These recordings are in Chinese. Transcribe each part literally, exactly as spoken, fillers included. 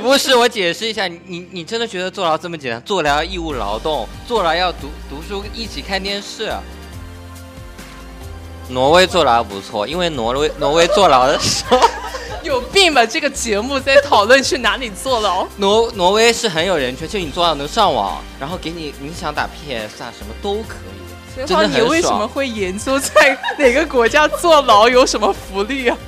不是，我解释一下，你你真的觉得坐牢这么简单？坐牢要义务劳动，坐牢要读读书，一起看电视。挪威坐牢不错，因为挪威挪威坐牢的时候有病吧？这个节目在讨论去哪里坐牢。 挪挪威是很有人权，就你坐牢能上网，然后给你你想打 P S 啊什么都可以，真的很爽。 你为什么会研究在哪个国家坐牢有什么福利啊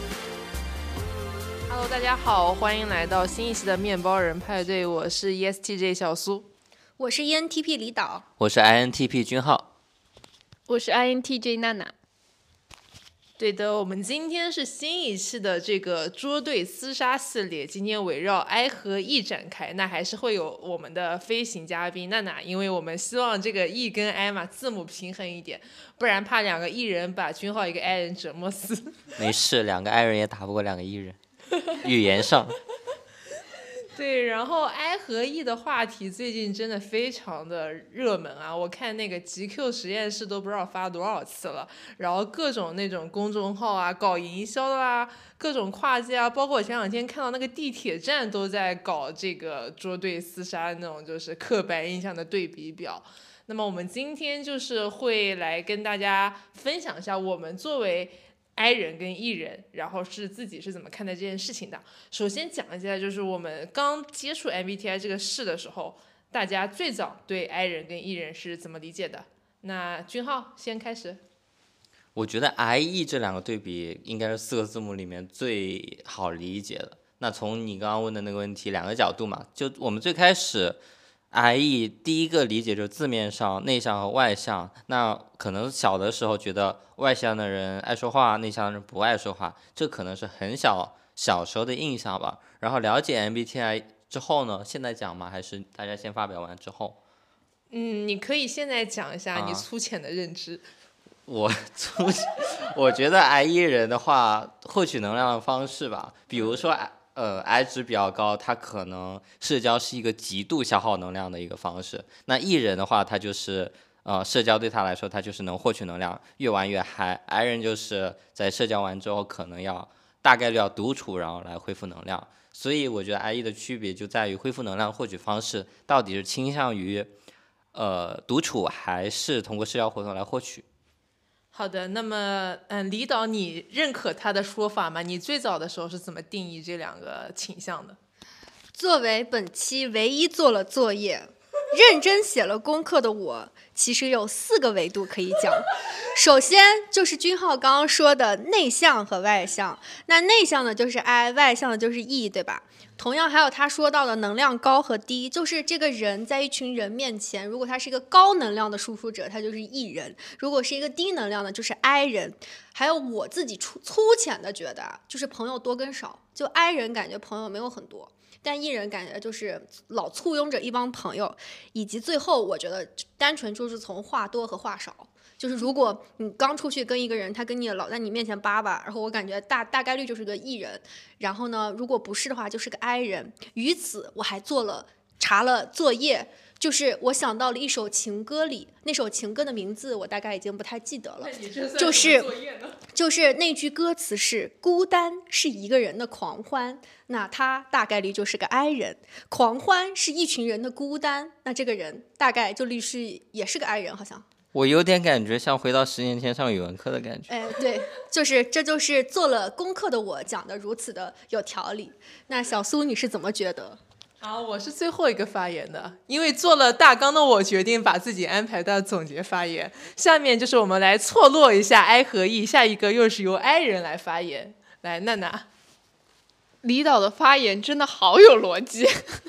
？Hello， 大家好，欢迎来到新一期的面包人派对，我是 E S T J 小苏， 我是 E N T P 李导， 我是 I N T P 君浩， 我是 I N T J 娜娜。 对的，我们今天是新一期的这个捉对厮杀系列，今天围绕 I 和 E 展开，那还是会有我们的飞行嘉宾娜娜，因为我们希望这个 E 跟 I 嘛字母平衡一点，不然怕两个 E 人把君浩一个 I 人折磨死。 没事，两个 I 人也打不过两个 E 人，语言上。 对，然后 I 和 E 的话题最近真的非常的热门啊！我看那个 G Q 实验室都不知道发多少次了，然后各种那种公众号啊，搞营销的啊，各种跨界啊，包括我前两天看到那个地铁站都在搞这个捉对厮杀那种就是刻板印象的对比表。那么我们今天就是会来跟大家分享一下我们作为I 人跟 E 人，然后是自己是怎么看待这件事情的。首先讲一下，就是我们刚接触 M B T I 这个事的时候，大家最早对 I 人跟 E 人是怎么理解的？那君浩先开始。 我觉得 I E 这两个对比应该是四个字母里面最好理解的。那从你刚刚问的那个问题，两个角度嘛，就我们最开始I E 第一个理解就是字面上内向和外向，那可能小的时候觉得外向的人爱说话，内向的人不爱说话，这可能是很小小时候的印象吧。然后了解 M B T I 之后呢，现在讲吗？还是大家先发表完之后？ 嗯，你可以现在讲一下你粗浅的认知。 啊、我粗，我觉得 I E 人的话，获取能量的方式吧，比如说呃 I 值比较高，它可能社交是一个极度消耗能量的一个方式。那 E 人的话，他就是呃社交对他来说，他就是能获取能量，越玩越嗨。I 人就是在社交完之后，可能要大概率要独处，然后来恢复能量。所以我觉得 I E 的区别就在于恢复能量获取方式到底是倾向于呃独处，还是通过社交活动来获取。 好的，那么嗯，李导，你认可他的说法吗？你最早的时候是怎么定义这两个倾向的？ 作为本期唯一做了作业、认真写了功课的我，其实有四个维度可以讲。首先就是君浩刚刚说的内向和外向，那内向的就是 I， 外向的就是 E， 对吧？同样还有他说到的能量高和低，就是这个人在一群人面前，如果他是一个高能量的输出者，他就是 E 人；如果是一个低能量的，就是 I 人。还有我自己粗粗浅的觉得，就是朋友多跟少，就 I 人感觉朋友没有很多，但 E 人感觉就是老簇拥着一帮朋友，以及最后我觉得单纯就是从话多和话少。就是如果你刚出去跟一个人，他跟你老在你面前叭叭，然后我感觉大大概率就是个 E 人，然后呢，如果不是的话就是个 I 人。于此我还做了查了作业，就是我想到了一首情歌里，那首情歌的名字我大概已经不太记得了，就是就是那句歌词是孤单是一个人的狂欢，那他大概率就是个 I 人。狂欢是一群人的孤单，那这个人大概就率是也是个 I 人，好像。 我有点感觉像回到十年前上语文课的感觉。 哎，对，就是这就是做了功课的我讲的如此的有条理。那小苏你是怎么觉得？ 啊，我是最后一个发言的，因为做了大纲的我决定把自己安排到总结发言。下面就是我们来错落一下 I 和 E， 下一个又是由 I 人来发言。来，娜娜， 李导的发言真的好有逻辑，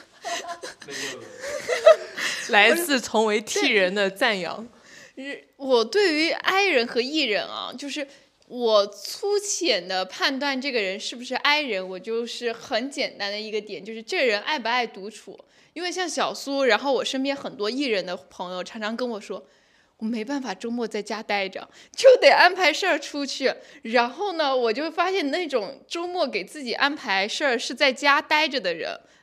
来自同为 T 人的赞扬。 我对于 I 人和 E 人啊，就是我粗浅的判断这个人是不是 I 人，我就是很简单的一个点，就是这人爱不爱独处。因为像小苏，然后我身边很多 E 人的朋友常常跟我说，我没办法周末在家待着，就得安排事儿出去。然后呢，我就发现那种周末给自己安排事儿是在家待着的人，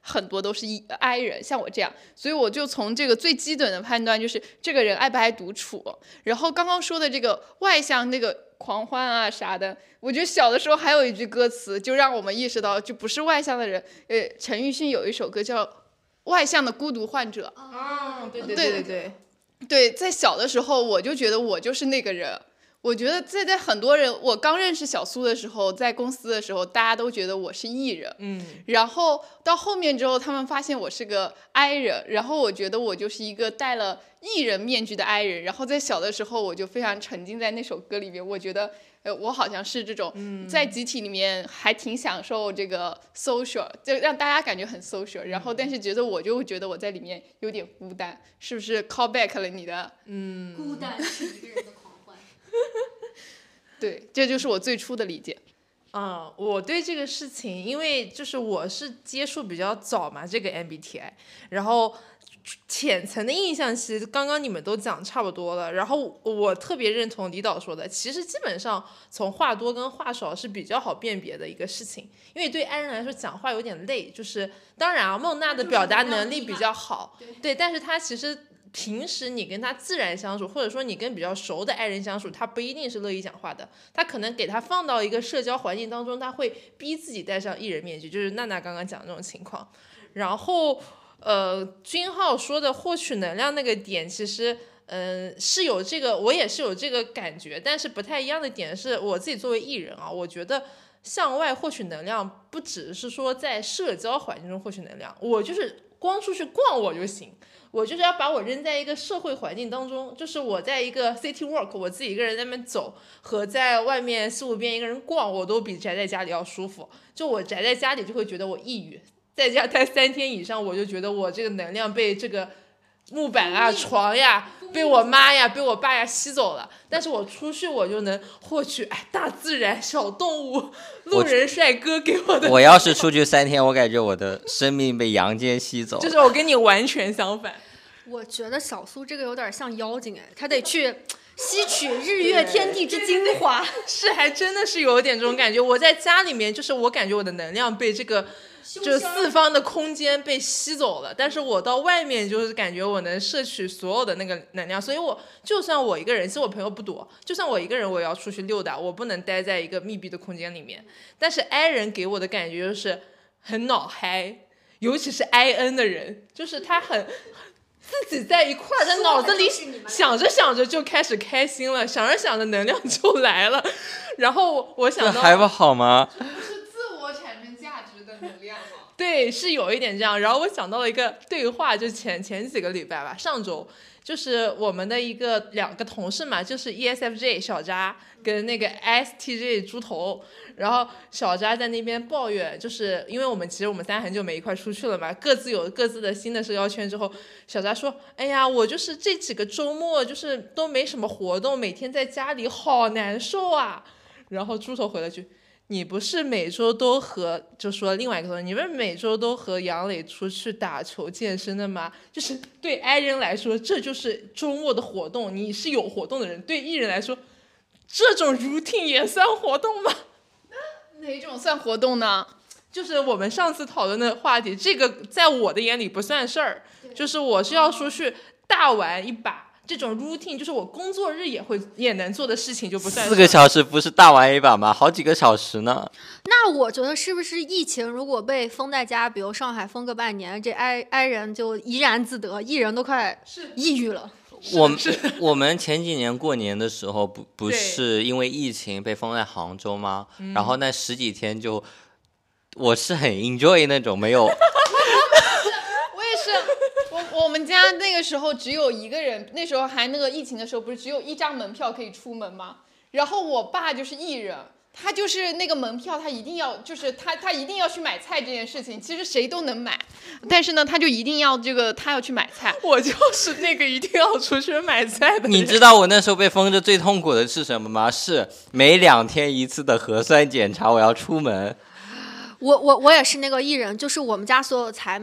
很多都是 I 人，像我这样，所以我就从这个最基本的判断就是这个人爱不爱独处。然后刚刚说的这个外向那个狂欢啊啥的，我觉得小的时候还有一句歌词就让我们意识到，就不是外向的人。呃，陈奕迅有一首歌叫《外向的孤独患者》。 哦，对对对对对对，在小的时候我就觉得我就是那个人。我觉得在在很多人，我刚认识小苏的时候，在公司的时候，大家都觉得我是 E 人， 嗯， 然后到后面之后，他们发现我是个 I 人，然后我觉得我就是一个戴了 E 人面具的 I 人。然后在小的时候，我就非常沉浸在那首歌里面，我觉得，呃，我好像是这种在集体里面还挺享受这个 social，就让大家感觉很 social，然后但是觉得我就觉得我在里面有点孤单，是不是 call back 了你的？ 嗯， 孤单是一个人的狂欢。 对，这就是我最初的理解。 嗯，我对这个事情，因为就是我是接触比较早嘛，这个 M B T I， 然后浅层的印象其实刚刚你们都讲差不多了。然后我特别认同李导说的，其实基本上从话多跟话少是比较好辨别的一个事情，因为对 I 人来说讲话有点累，就是当然啊，孟娜的表达能力比较好，对，但是她其实。平时你跟他自然相处，或者说你跟比较熟的爱人相处，他不一定是乐意讲话的，他可能给他放到一个社交环境当中，他会逼自己戴上艺人面具，就是娜娜刚刚讲的这种情况。然后呃，君浩说的获取能量那个点，其实嗯、呃、是有这个，我也是有这个感觉，但是不太一样的点是我自己作为艺人啊，我觉得向外获取能量不只是说在社交环境中获取能量，我就是光出去逛我就行，我就是要把我扔在一个社会环境当中，就是我在一个 city walk， 我自己一个人在那边走，和在外面四五边一个人逛，我都比宅在家里要舒服。就我宅在家里就会觉得我抑郁，在家待三天以上，我就觉得我这个能量被这个木板啊、床呀、被我妈呀、被我爸呀吸走了。但是我出去，我就能获取哎大自然、小动物、路人帅哥给我的。 我要是出去三天，我感觉我的生命被阳间吸走。 就是我跟你完全相反。 我觉得小苏这个有点像妖精哎，他得去吸取日月天地之精华。 是，还真的是有点这种感觉。我在家里面，就是我感觉我的能量被这个。就四方的空间被吸走了，但是我到外面就是感觉我能摄取所有的那个能量，所以我就算我一个人，其实我朋友不多，就算我一个人我也要出去溜达，我不能待在一个密闭的空间里面。但是 I 人给我的感觉就是很脑嗨，尤其是 I N 的人，就是他很自己在一块儿，在脑子里想着想着就开始开心了，想着想着能量就来了。然后我想到这还不好吗？ 对，是有一点这样。然后我想到了一个对话，就前前几个礼拜吧，上周就是我们的一个两个同事嘛，就是 E S F J 小扎跟那个 S T J 猪头。然后小扎在那边抱怨，就是因为我们其实我们三很久没一块出去了嘛，各自有各自的新的社交圈之后，小扎说：“哎呀，我就是这几个周末就是都没什么活动，每天在家里好难受啊。”然后猪头回了句。你不是每周都和就说另外一个同学，你不是每周都和杨磊出去打球健身的吗？就是对 I 人来说，这就是周末的活动，你是有活动的人。对 E 人来说，这种 routine 也算活动吗？ 哪种算活动呢？ 就是我们上次讨论的话题，这个在我的眼里不算事儿，就是我是要出去大玩一把。这种 routine 就是我工作日也会也能做的事情，就不算四个小时不是大玩一把吗？好几个小时呢。 那我觉得是不是疫情如果被封在家，比如上海封个半年，这 I I 人就怡然自得，E人都快抑郁了。 我们我们前几年过年的时候不不是因为疫情被封在杭州吗？然后那十几天就我是很 enjoy 那种没有。 我也是。我们家那个时候只有一个人，那时候还那个疫情的时候，不是只有一张门票可以出门吗？然后我爸就是艺人，他就是那个门票，他一定要就是他他一定要去买菜这件事情，其实谁都能买，但是呢，他就一定要这个他要去买菜。 我就是那个一定要出去买菜的人。 你知道我那时候被封着最痛苦的是什么吗？是每两天一次的核酸检查，我要出门。 我我我也是那个艺人，就是我们家所有采买。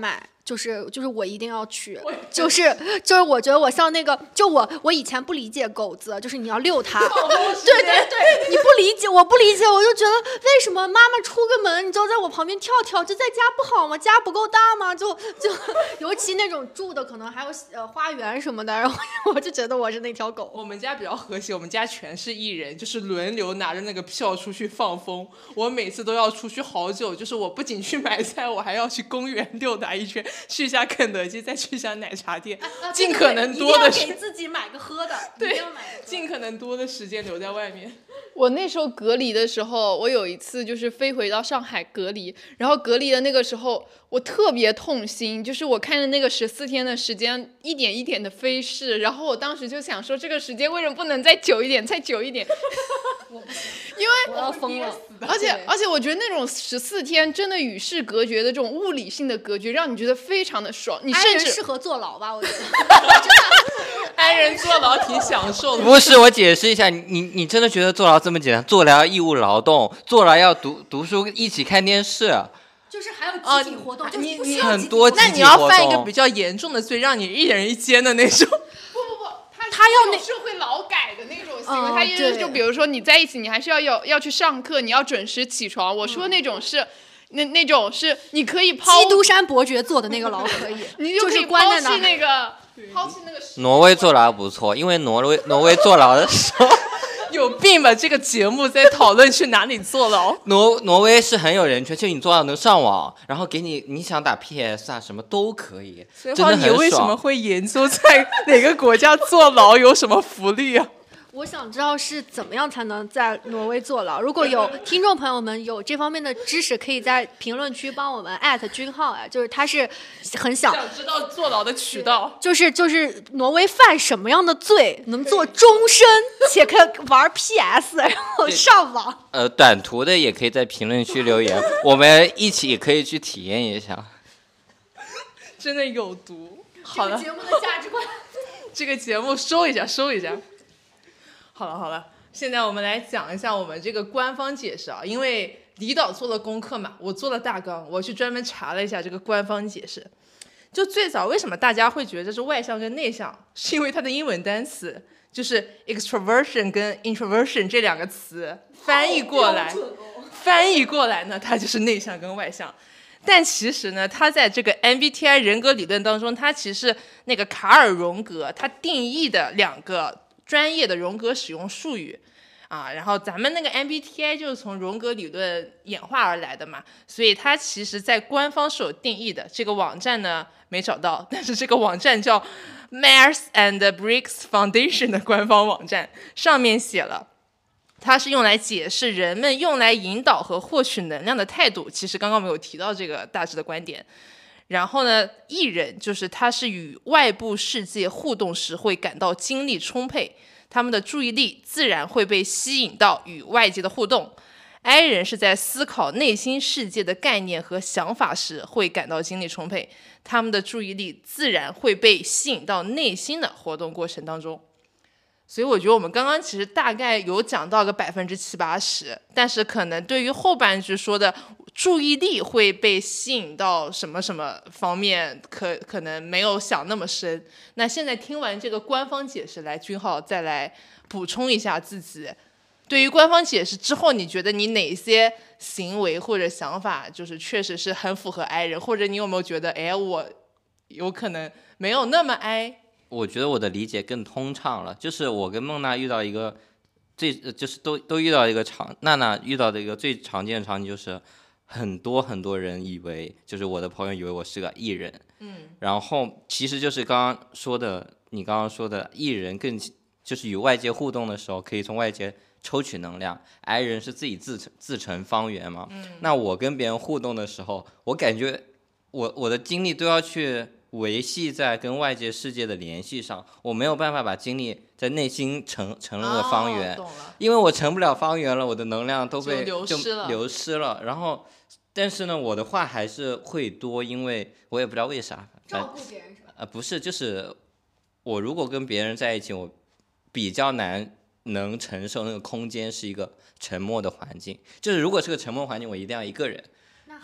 就是就是我一定要去，就是就是我觉得我像那个，就我我以前不理解狗子，就是你要遛它，对对对，你不理解，我不理解，我就觉得为什么妈妈出个门，你就在我旁边跳跳，这在家不好吗？家不够大吗？就就尤其那种住的可能还有呃花园什么的，然后我就觉得我是那条狗。 我们家比较和谐，我们家全是艺人，就是轮流拿着那个票出去放风。我每次都要出去好久，就是我不仅去买菜，我还要去公园溜达一圈。去一下肯德基，再去一下奶茶店， 啊、 尽可能多的给自己买个喝的， 对，尽可能多的时间留在外面。 我那时候隔离的时候，我有一次就是飞回到上海隔离，然后隔离的那个时候，我特别痛心，就是我看着那个十四天的时间一点一点的飞逝，然后我当时就想说，这个时间为什么不能再久一点，再久一点？ 我不行， 因为我要疯了。 而且而且，我觉得那种十四天真的与世隔绝的这种物理性的隔绝，让你觉得非常的爽。你甚至适合坐牢吧？我觉得。 安人坐牢挺享受的。 不是，我解释一下，你你真的觉得坐牢这么简单？坐牢要义务劳动，坐牢要读读书，一起看电视。 就是还有集体活动，哦、 你你很多集体活动。 那你要犯一个比较严重的罪，让你一人一间的那种。 不不不，他他要那社会劳改的那种行为， 嗯、 他意思就比如说你在一起，你还是要要要去上课，你要准时起床。我说那种是。嗯那那种是你可以抛基督山伯爵做的那个牢可以， 你就可以抛弃那个抛弃那个。 挪威坐牢不错，因为挪威挪威坐牢的时候有病吧？这个节目在讨论去哪里坐牢。 挪挪威是很有人权，就你坐牢能上网，然后给你你想打 P S 啊什么都可以， 所以真的很爽。 你为什么会研究在哪个国家坐牢有什么福利啊？ 我想知道是怎么样才能在挪威坐牢。如果有听众朋友们有这方面的知识，可以在评论区帮我们艾特君浩啊，就是他是很想想知道坐牢的渠道， 就是就是挪威犯什么样的罪能坐终身，且可以玩 P S， 然后上网。 呃，短途的也可以在评论区留言，我们一起可以去体验一下。 真的有毒。好了， 这个节目的价值观， 这个节目收一下，收一下。好了好了，现在我们来讲一下我们这个官方解释啊，因为李导做了功课嘛，我做了大纲，我去专门查了一下这个官方解释。就最早为什么大家会觉得这是外向跟内向，是因为它的英文单词就是 extroversion 跟 introversion 这两个词翻译过来，翻译过来呢，它就是内向跟外向。但其实呢，它在这个 M B T I 人格理论当中，它其实那个卡尔荣格他定义的两个专业的荣格使用术语啊，然后咱们那个 M B T I 就是从荣格理论演化而来的嘛，所以它其实在官方是有定义的。这个网站呢没找到，但是这个网站叫 Myers and Briggs Foundation 的官方网站，上面写了，它是用来解释人们用来引导和获取能量的态度。其实刚刚我们有提到这个大致的观点。然后呢，艺人就是他是与外部世界互动时会感到精力充沛，他们的注意力自然会被吸引到与外界的互动。I 人是在思考内心世界的概念和想法时会感到精力充沛，他们的注意力自然会被吸引到内心的活动过程当中。所以我觉得我们刚刚其实大概有讲到个百分之七八十，但是可能对于后半句说的注意力会被吸引到什么什么方面，可可能没有想那么深。那现在听完这个官方解释，来君浩再来补充一下自己。对于官方解释之后，你觉得你哪些行为或者想法就是确实是很符合 I 人，或者你有没有觉得，哎，我有可能没有那么 I？ 我觉得我的理解更通畅了，就是我跟孟娜遇到一个最就是都都遇到一个场，娜娜遇到的一个最常见的场景就是很多很多人以为，就是我的朋友以为我是个艺人， 嗯， 然后其实就是刚刚说的，你刚刚说的艺人更就是与外界互动的时候可以从外界抽取能量 ，I 人是自己自成自成方圆嘛， 嗯， 那我跟别人互动的时候，我感觉我我的精力都要去维系在跟外界世界的联系上，我没有办法把精力在内心成成了个方圆， 哦，懂了， 因为我成不了方圆了，我的能量都被就流失了， 流失了。然后，但是呢，我的话还是会多，因为我也不知道为啥。 照顾别人是吧？ 呃，不是，就是我如果跟别人在一起，我比较难能承受那个空间是一个沉默的环境。就是如果是个沉默环境，我一定要一个人。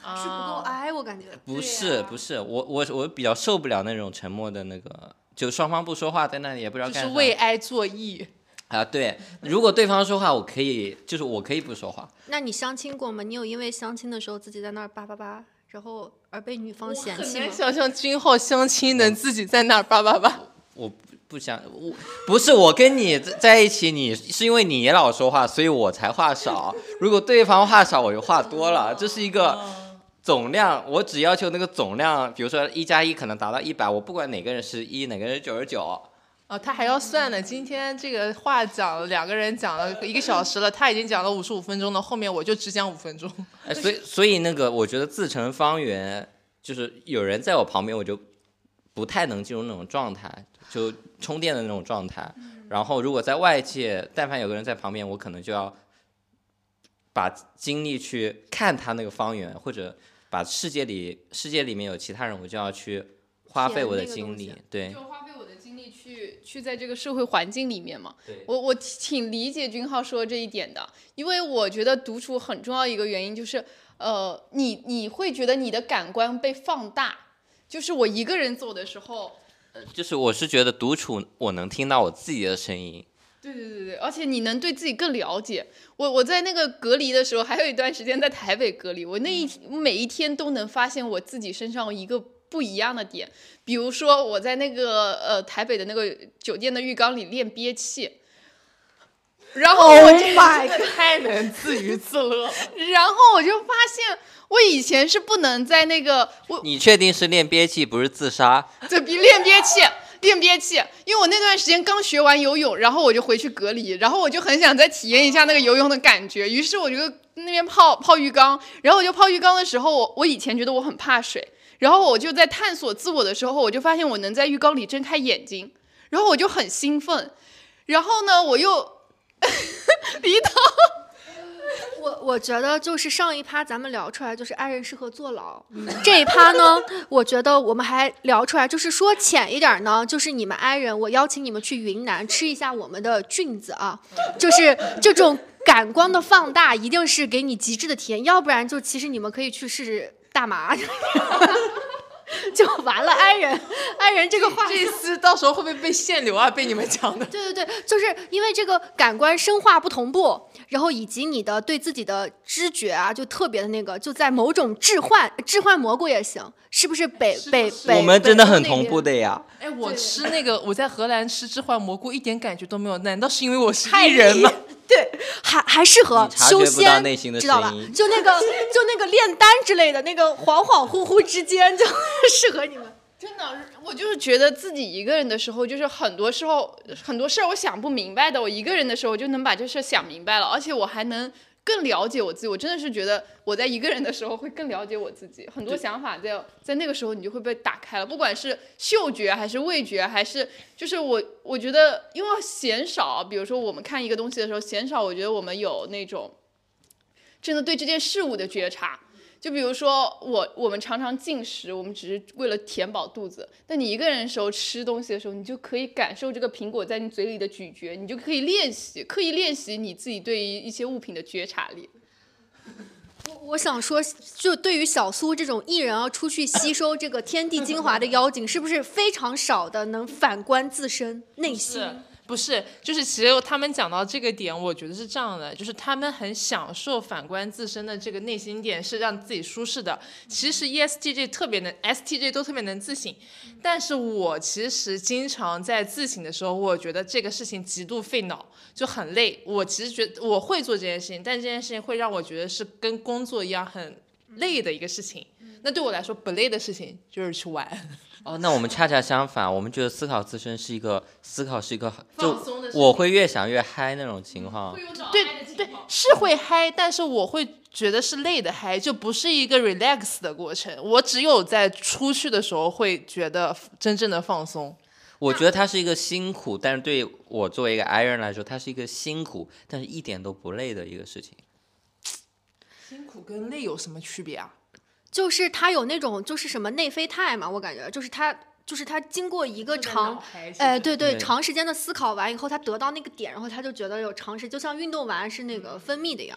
是不够哀，我感觉。 不是、啊、不是，我我我比较受不了那种沉默的那个，就双方不说话，在那里也不知道干啥。 就是为哀作义。 啊，对，如果对方说话，我可以，就是我可以不说话。 那你相亲过吗？你有因为相亲的时候自己在那儿叭叭叭，然后而被女方嫌弃吗？ 我很难想象君浩相亲能自己在那儿叭叭叭。 我不想，我不是我跟你在一起，你是因为你老说话，所以我才话少。如果对方话少，我就话多了，这是一个总量。我只要求那个总量，比如说一加一可能达到一百，我不管哪个人是一，哪个人是九十九。 哦，他还要算呢。今天这个话讲了，两个人讲了一个小时了，他已经讲了五十五分钟了，后面我就只讲五分钟。 哎，所以所以那个，我觉得自成方圆，就是有人在我旁边，我就不太能进入那种状态，就充电的那种状态。然后如果在外界，但凡有个人在旁边，我可能就要把精力去看他那个方圆，或者把世界里世界里面有其他人，我就要去花费我的精力，对。 去去在这个社会环境里面嘛，我我挺理解君浩说这一点的，因为我觉得独处很重要一个原因就是，呃，你你会觉得你的感官被放大，就是我一个人走的时候， 就是我是觉得独处我能听到我自己的声音， 对对对对，而且你能对自己更了解。我我在那个隔离的时候，还有一段时间在台北隔离，我那一每一天都能发现我自己身上一个不一样的点，比如说我在那个呃台北的那个酒店的浴缸里练憋气，然后我就、 oh、太能自娱自乐了。 然后我就发现我以前是不能在那个我， 你确定是练憋气不是自杀？ 对，比练憋气。练憋气，因为我那段时间刚学完游泳，然后我就回去隔离，然后我就很想再体验一下那个游泳的感觉，于是我就那边泡泡浴缸，然后我就泡浴缸的时候，我我以前觉得我很怕水，然后我就在探索自我的时候，我就发现我能在浴缸里睁开眼睛，然后我就很兴奋，然后呢，我又离岛。 我我觉得就是上一趴咱们聊出来，就是爱人适合坐牢。嗯、这一趴呢，我觉得我们还聊出来，就是说浅一点呢，就是你们爱人，我邀请你们去云南吃一下我们的菌子啊，就是这种感官的放大，一定是给你极致的体验，要不然就其实你们可以去试试大麻。就完了，爱人，爱人这个话， 这次到时候会不会被限流啊？被你们讲的。 对对对，就是因为这个感官生化不同步，然后以及你的对自己的知觉啊，就特别的那个，就在某种置换，置换蘑菇也行，是不是北北北？ 我们真的很同步的呀。 哎，我吃那个，我在荷兰吃置换蘑菇一点感觉都没有，难道是因为我是艺人吗？ 对，还还适合修仙，知道吧？就那个就那个炼丹之类的，那个恍恍惚惚之间就适合你们。 真的，我就是觉得自己一个人的时候，就是很多时候很多事儿我想不明白的，我一个人的时候就能把这事儿想明白了，而且我还能更了解我自己。我真的是觉得我在一个人的时候会更了解我自己，很多想法在在那个时候你就会被打开了，不管是嗅觉还是味觉，还是就是我我觉得，因为鲜少，比如说我们看一个东西的时候，鲜少我觉得我们有那种真的对这件事物的觉察。就比如说我我们常常进食，我们只是为了填饱肚子，但你一个人的时候吃东西的时候，你就可以感受这个苹果在你嘴里的咀嚼，你就可以练习刻意练习你自己对于一些物品的觉察力。 我我想说，就对于小苏这种艺人要出去吸收这个天地精华的妖精，是不是非常少的能反观自身内心？ 不是，就是其实他们讲到这个点，我觉得是这样的，就是他们很享受反观自身的这个内心点是让自己舒适的。其实 E S T J 特别能 ，S T J 都特别能自省，但是我其实经常在自省的时候，我觉得这个事情极度费脑，就很累。我其实觉得我会做这件事情，但这件事情会让我觉得是跟工作一样很累的一个事情。那对我来说不累的事情就是去玩。 哦，那我们恰恰相反，我们觉得思考自身是一个思考是一个，就我会越想越嗨那种情况。 对对，是会嗨，但是我会觉得是累的嗨，就不是一个 relax 的过程。我只有在出去的时候会觉得真正的放松。 我觉得它是一个辛苦，但是对我作为一个 I 人来说，它是一个辛苦，但是一点都不累的一个事情。 辛苦跟累有什么区别啊？ 就是他有那种就是什么内啡肽嘛，我感觉就是他就是他经过一个长，哎，对对，长时间的思考完以后，他得到那个点，然后他就觉得有长时，就像运动完是那个分泌的一样。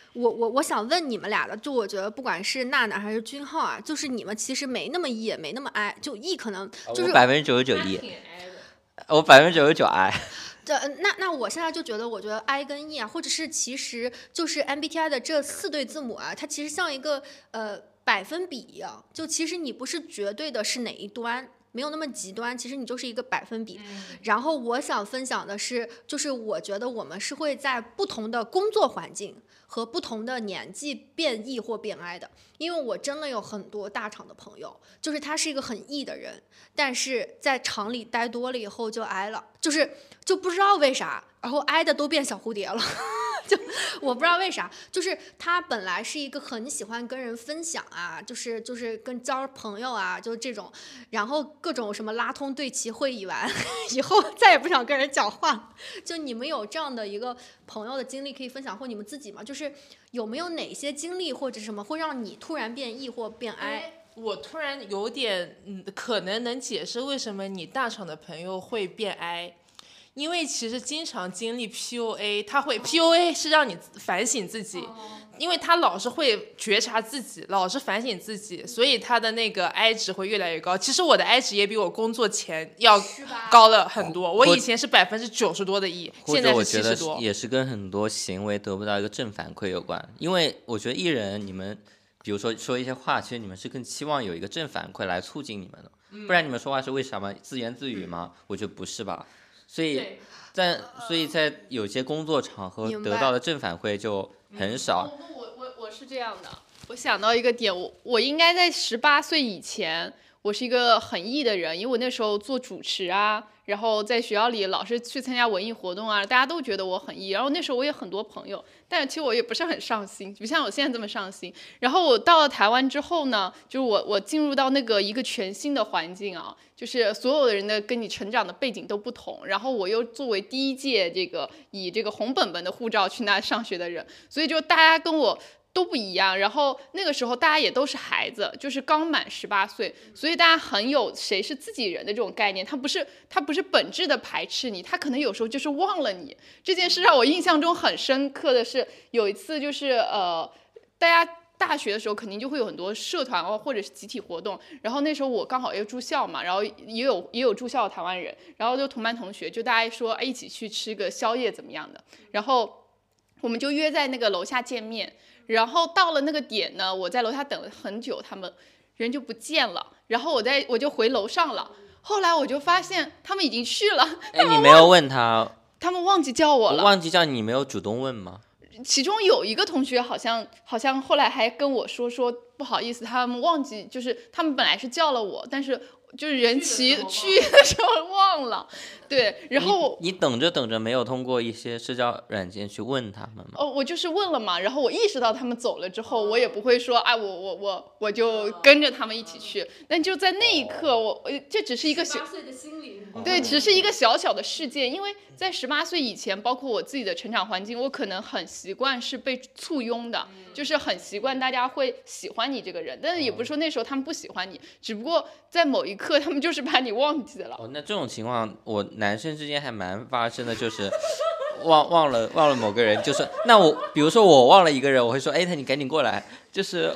我我我想问你们俩的，就我觉得不管是娜娜还是君浩啊，就是你们其实没那么 E， 也没那么 I， 就 E 可能就是百分之九十九 E， 挺 I 的。 我百分之九十九 I。 这那那我现在就觉得，我觉得 I 跟 E 啊，或者是其实就是 M B T I 的这四对字母啊，它其实像一个呃百分比一样，就其实你不是绝对的是哪一端。没有那么极端，其实你就是一个百分比。 嗯、 然后我想分享的是，就是我觉得我们是会在不同的工作环境和不同的年纪变 E 或变 I 的。因为我真的有很多大厂的朋友，就是他是一个很 E 的人，但是在厂里待多了以后就 I 了，就是就不知道为啥，然后 I 的都变小蝴蝶了。就我不知道为啥，就是他本来是一个很喜欢跟人分享啊，就是就是跟交朋友啊，就这种，然后各种什么拉通对齐会议完以后再也不想跟人讲话。就你们有这样的一个朋友的经历可以分享，或你们自己吗？就是有没有哪些经历或者什么会让你突然变 E 或变 I？ 我突然有点，嗯，可能能解释为什么你大厂的朋友会变 I。因为其实经常经历 P U A， 他会 P U A 是让你反省自己，因为他老是会觉察自己，老是反省自己，所以他的那个 I 值会越来越高。其实我的 I 值也比我工作前要高了很多，我以前是百分之九十多的 E， 现在是七十多。 或者我觉得也是跟很多行为得不到一个正反馈有关，因为我觉得艺人你们比如说说一些话，其实你们是更期望有一个正反馈来促进你们的，嗯、不然你们说话是为什么自言自语吗？我觉得不是吧。所以在所以在有些工作场合得到的正反馈就很少。 我我我我是这样的，我想到一个点，我我应该在十八岁以前，我是一个很 E 的人，因为我那时候做主持啊，然后在学校里老是去参加文艺活动啊，大家都觉得我很 E， 然后那时候我也很多朋友，但是其实我也不是很上心，不像我现在这么上心。然后我到了台湾之后呢，就是我我进入到那个一个全新的环境啊，就是所有的人的跟你成长的背景都不同，然后我又作为第一届这个以这个红本本的护照去那上学的人，所以就大家跟我都不一样，然后那个时候大家也都是孩子，就是刚满十八岁，所以大家很有谁是自己人的这种概念，他不是他不是本质的排斥你，他可能有时候就是忘了你。这件事让我印象中很深刻的是，有一次就是呃，大家大学的时候肯定就会有很多社团哦，或者是集体活动，然后那时候我刚好也住校嘛，然后也有也有住校的台湾人，然后就同班同学就大家说哎一起去吃个宵夜怎么样的，然后我们就约在那个楼下见面。然后到了那个点呢，我在楼下等了很久，他们人就不见了，然后我在我就回楼上了。后来我就发现他们已经去了。 哎，你没有问他？ 他们忘记叫我了。 我忘记叫你，你没有主动问吗？ 其中有一个同学好像好像后来还跟我说说不好意思，他们忘记，就是他们本来是叫了我，但是就是人齐去的时候忘了。对，然后你, 你等着等着没有通过一些社交软件去问他们吗？ 哦，我就是问了嘛，然后我意识到他们走了之后，我也不会说哎，我我我我就跟着他们一起去。但就在那一刻，我这只是一个小十八岁的心理， 对，只是一个小小的事件，因为在十八岁以前，包括我自己的成长环境，我可能很习惯是被簇拥的，就是很习惯大家会喜欢你这个人，但是也不是说那时候他们不喜欢你，只不过在某一刻他们就是把你忘记了。 哦，那这种情况我男生之间还蛮发生的，就是忘忘了忘了某个人，就是那我比如说我忘了一个人，我会说哎，他你赶紧过来，就是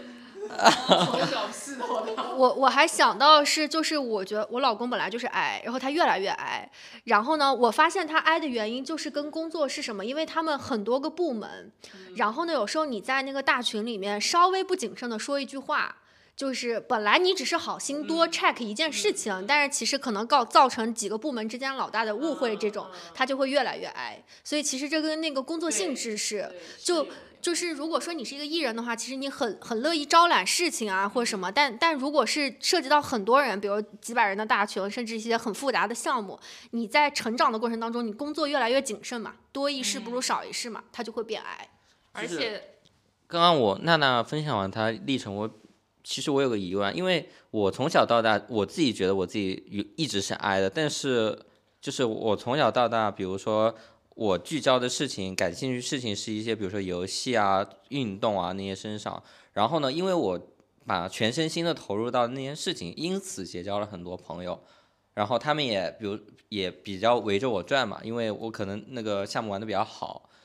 我我还想到是，就是我觉得我老公本来就是 I， 然后他越来越 I， 然后呢，我发现他 I 的原因就是跟工作是什么，因为他们很多个部门，然后呢，有时候你在那个大群里面稍微不谨慎的说一句话。就是本来你只是好心多 check 一件事情，嗯、但是其实可能告造成几个部门之间老大的误会，这种他就会越来越挨。所以其实这跟那个工作性质是，就就是如果说你是一个艺人的话，其实你很很乐意招揽事情啊或者什么，但但如果是涉及到很多人，比如几百人的大群，甚至一些很复杂的项目，你在成长的过程当中，你工作越来越谨慎嘛，多一事不如少一事嘛，它就会变挨。 而且， 刚刚我娜娜分享完她历程，我。其实我有个疑问，因为我从小到大，我自己觉得我自己一直是 I 的，但是就是我从小到大，比如说我聚焦的事情、感兴趣的事情是一些，比如说游戏啊、运动啊那些身上。然后呢，因为我把全身心的投入到那件事情，因此结交了很多朋友。然后他们也比如也比较围着我转嘛，因为我可能那个项目玩的比较好。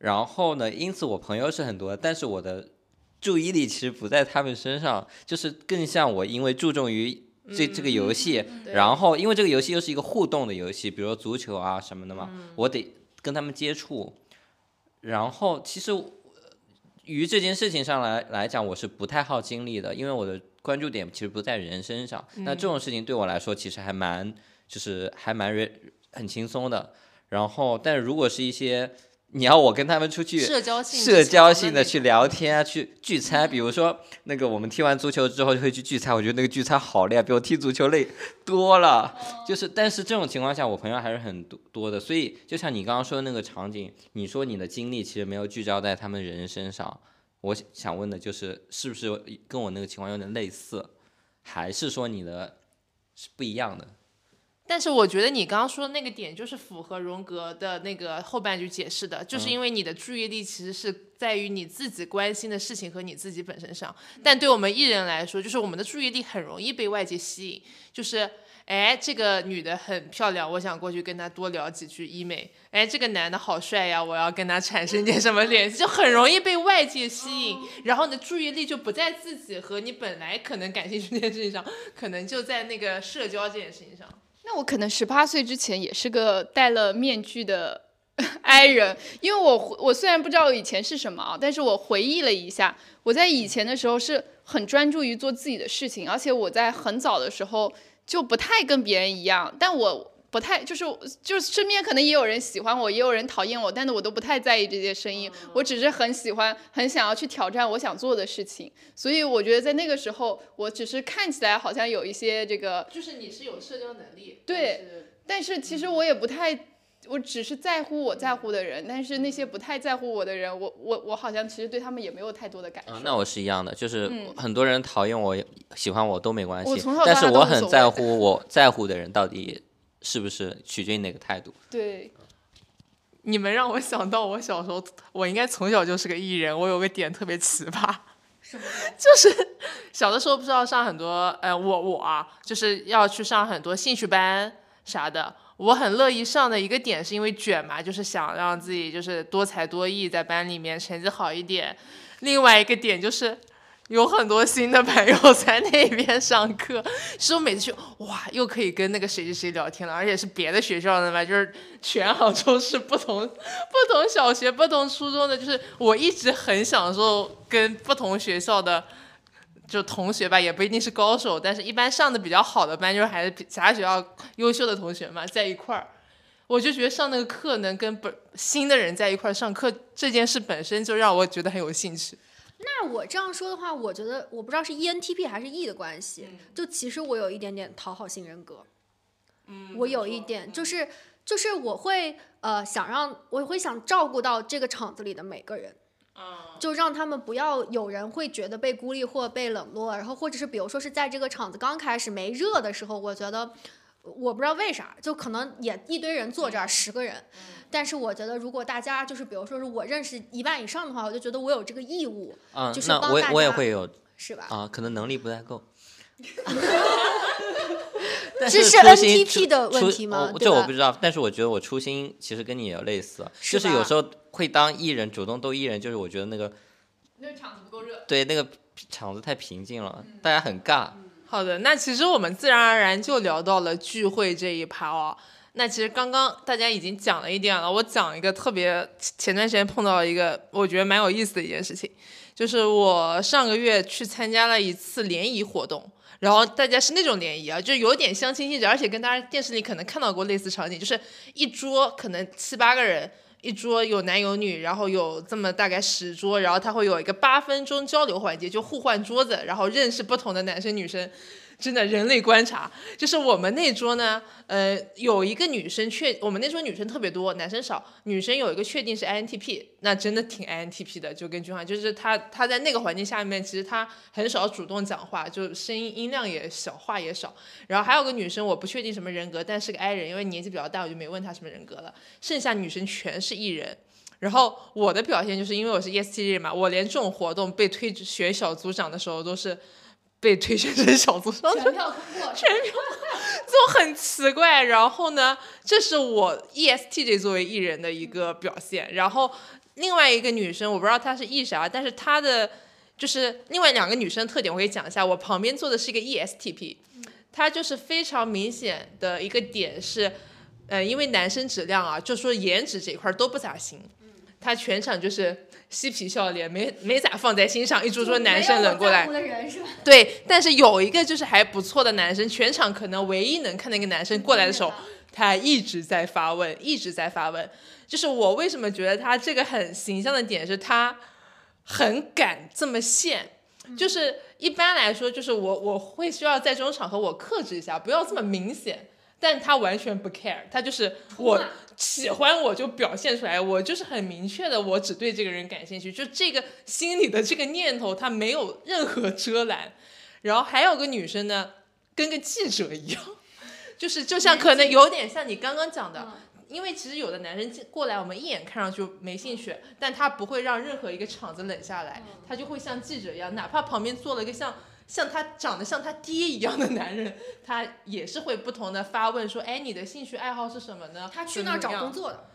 然后呢，因此我朋友是很多，但是我的注意力其实不在他们身上，就是更像我因为注重于这这个游戏， 嗯、 然后因为这个游戏又是一个互动的游戏，比如说足球啊什么的嘛， 嗯、 我得跟他们接触。然后其实于这件事情上来来讲，我是不太耗精力的，因为我的关注点其实不在人身上。 嗯、 那这种事情对我来说，其实还蛮就是还蛮很轻松的。然后，但如果是一些你要我跟他们出去社交性社交性的去聊天啊，去聚餐，比如说那个我们踢完足球之后就会去聚餐，我觉得那个聚餐好累啊，比我踢足球累多了。就是，但是这种情况下，我朋友还是很多的，所以就像你刚刚说的那个场景，你说你的精力其实没有聚焦在他们人身上，我想问的就是，是不是跟我那个情况有点类似，还是说你的是不一样的？ 但是我觉得你刚刚说的那个点就是符合荣格的那个后半句解释的，就是因为你的注意力其实是在于你自己关心的事情和你自己本身上。但对我们艺人来说，就是我们的注意力很容易被外界吸引，就是哎，这个女的很漂亮，我想过去跟她多聊几句医美。哎，这个男的好帅呀，我要跟他产生点什么联系，就很容易被外界吸引，然后你的注意力就不在自己和你本来可能感兴趣这件事情上，可能就在那个社交这件事情上。 那我可能十八岁之前也是个戴了面具的 I 人，因为我我虽然不知道以前是什么啊，但是我回忆了一下，我在以前的时候是很专注于做自己的事情，而且我在很早的时候就不太跟别人一样，但我不太就是就是身边可能也有人喜欢我，也有人讨厌我，但是我都不太在意这些声音，我只是很喜欢很想要去挑战我想做的事情，所以我觉得在那个时候我只是看起来好像有一些这个， 就是你是有社交能力， 对，但是其实我也不太，我只是在乎我在乎的人，但是那些不太在乎我的人，我我我好像其实对他们也没有太多的感受。 嗯、那我是一样的，就是很多人讨厌我、嗯、喜欢我都没关系， 我从小到但是我大都无所谓很在乎我在乎的人到底是不是取决于哪个态度。 对， 你们让我想到我小时候，我应该从小就是个艺人，我有个点特别奇葩。就是小的时候不知道上很多，呃，我我啊，就是要去上很多兴趣班啥的。我很乐意上的一个点是因为卷嘛，就是想让自己就是多才多艺，在班里面成绩好一点。另外一个点就是有很多新的朋友在那边上课，是我每次去哇，又可以跟那个谁谁谁聊天了，而且是别的学校的嘛，就是全杭州市不同不同小学、不同初中的，就是我一直很享受跟不同学校的就同学吧，也不一定是高手，但是一般上的比较好的班，就是还是其他学校优秀的同学嘛，在一块儿。我就觉得上那个课能跟本新的人在一块儿上课这件事本身就让我觉得很有兴趣。 那我这样说的话，我觉得我不知道是 E N T P 还是 E 的关系， 嗯、 就其实我有一点点讨好型人格， 嗯， 我有一点就是就是我会呃想让我会想照顾到这个场子里的每个人， 嗯、 就让他们不要有人会觉得被孤立或被冷落，然后或者是比如说是在这个场子刚开始没热的时候，我觉得我不知道为啥，就可能也一堆人坐这儿，十个人，但是我觉得如果大家就是比如说是我认识一半以上的话，我就觉得我有这个义务， 嗯， 就是帮大家， 那我也我也会有， 是吧？ 啊，可能能力不太够。 这是 N T P 的问题吗？ 这我不知道，但是我觉得我初心其实跟你也有类似， 是就是有时候会当艺人，主动斗艺人，就是我觉得那个那个场子不够热， 对，那个场子太平静了，嗯、大家很尬。 好的，那其实我们自然而然就聊到了聚会这一趴哦。那其实刚刚大家已经讲了一点了，我讲一个特别前段时间碰到了一个我觉得蛮有意思的一件事情，就是我上个月去参加了一次联谊活动，然后大家是那种联谊啊，就有点相亲性质，而且跟大家电视里可能看到过类似场景，就是一桌可能七八个人，一桌有男有女，然后有这么大概十桌，然后它会有一个八分钟交流环节，就互换桌子，然后认识不同的男生女生。真的人类观察，就是我们那桌呢，呃，有一个女生确，我们那桌女生特别多，男生少，女生有一个确定是 I N T P， 那真的挺 I N T P 的，就跟君华，就是她她在那个环境下面，其实她很少主动讲话，就声音音量也小，话也少。然后还有个女生，我不确定什么人格，但是个 I 人，因为年纪比较大，我就没问她什么人格了。剩下女生全是 E 人。然后我的表现就是因为我是 E S T J 嘛，我连这种活动被推选小组长的时候都是。被推选成小组长， 全票通过， 全票就很奇怪。然后呢，这是我 E S T J 作为艺人的一个表现。然后另外一个女生我不知道她是 E 啥，但是她的就是另外两个女生特点我可以讲一下。我旁边坐的是一个 E S T P， 她就是非常明显的一个点是，呃，因为男生质量啊，就说颜值这一块都不咋行，她全场就是嬉皮笑脸，没没咋放在心上，一桌桌男生轮过来。对，但是有一个就是还不错的男生，全场可能唯一能看到一个男生过来的时候，他一直在发问，一直在发问。就是我为什么觉得他这个很形象的点是他很敢这么现。就是一般来说，就是我我会需要在这种场合我克制一下，不要这么明显。但他完全不 care， 他就是我喜欢我就表现出来，我就是很明确的，我只对这个人感兴趣，就这个心里的这个念头，他没有任何遮拦。然后还有个女生呢，跟个记者一样，就是就像可能有点像你刚刚讲的，因为其实有的男生过来，我们一眼看上去没兴趣，但他不会让任何一个场子冷下来，他就会像记者一样，哪怕旁边坐了一个像。像他长得像他爹一样的男人，他也是会不同的发问说，哎，你的兴趣爱好是什么呢？ 他去那儿找工作的。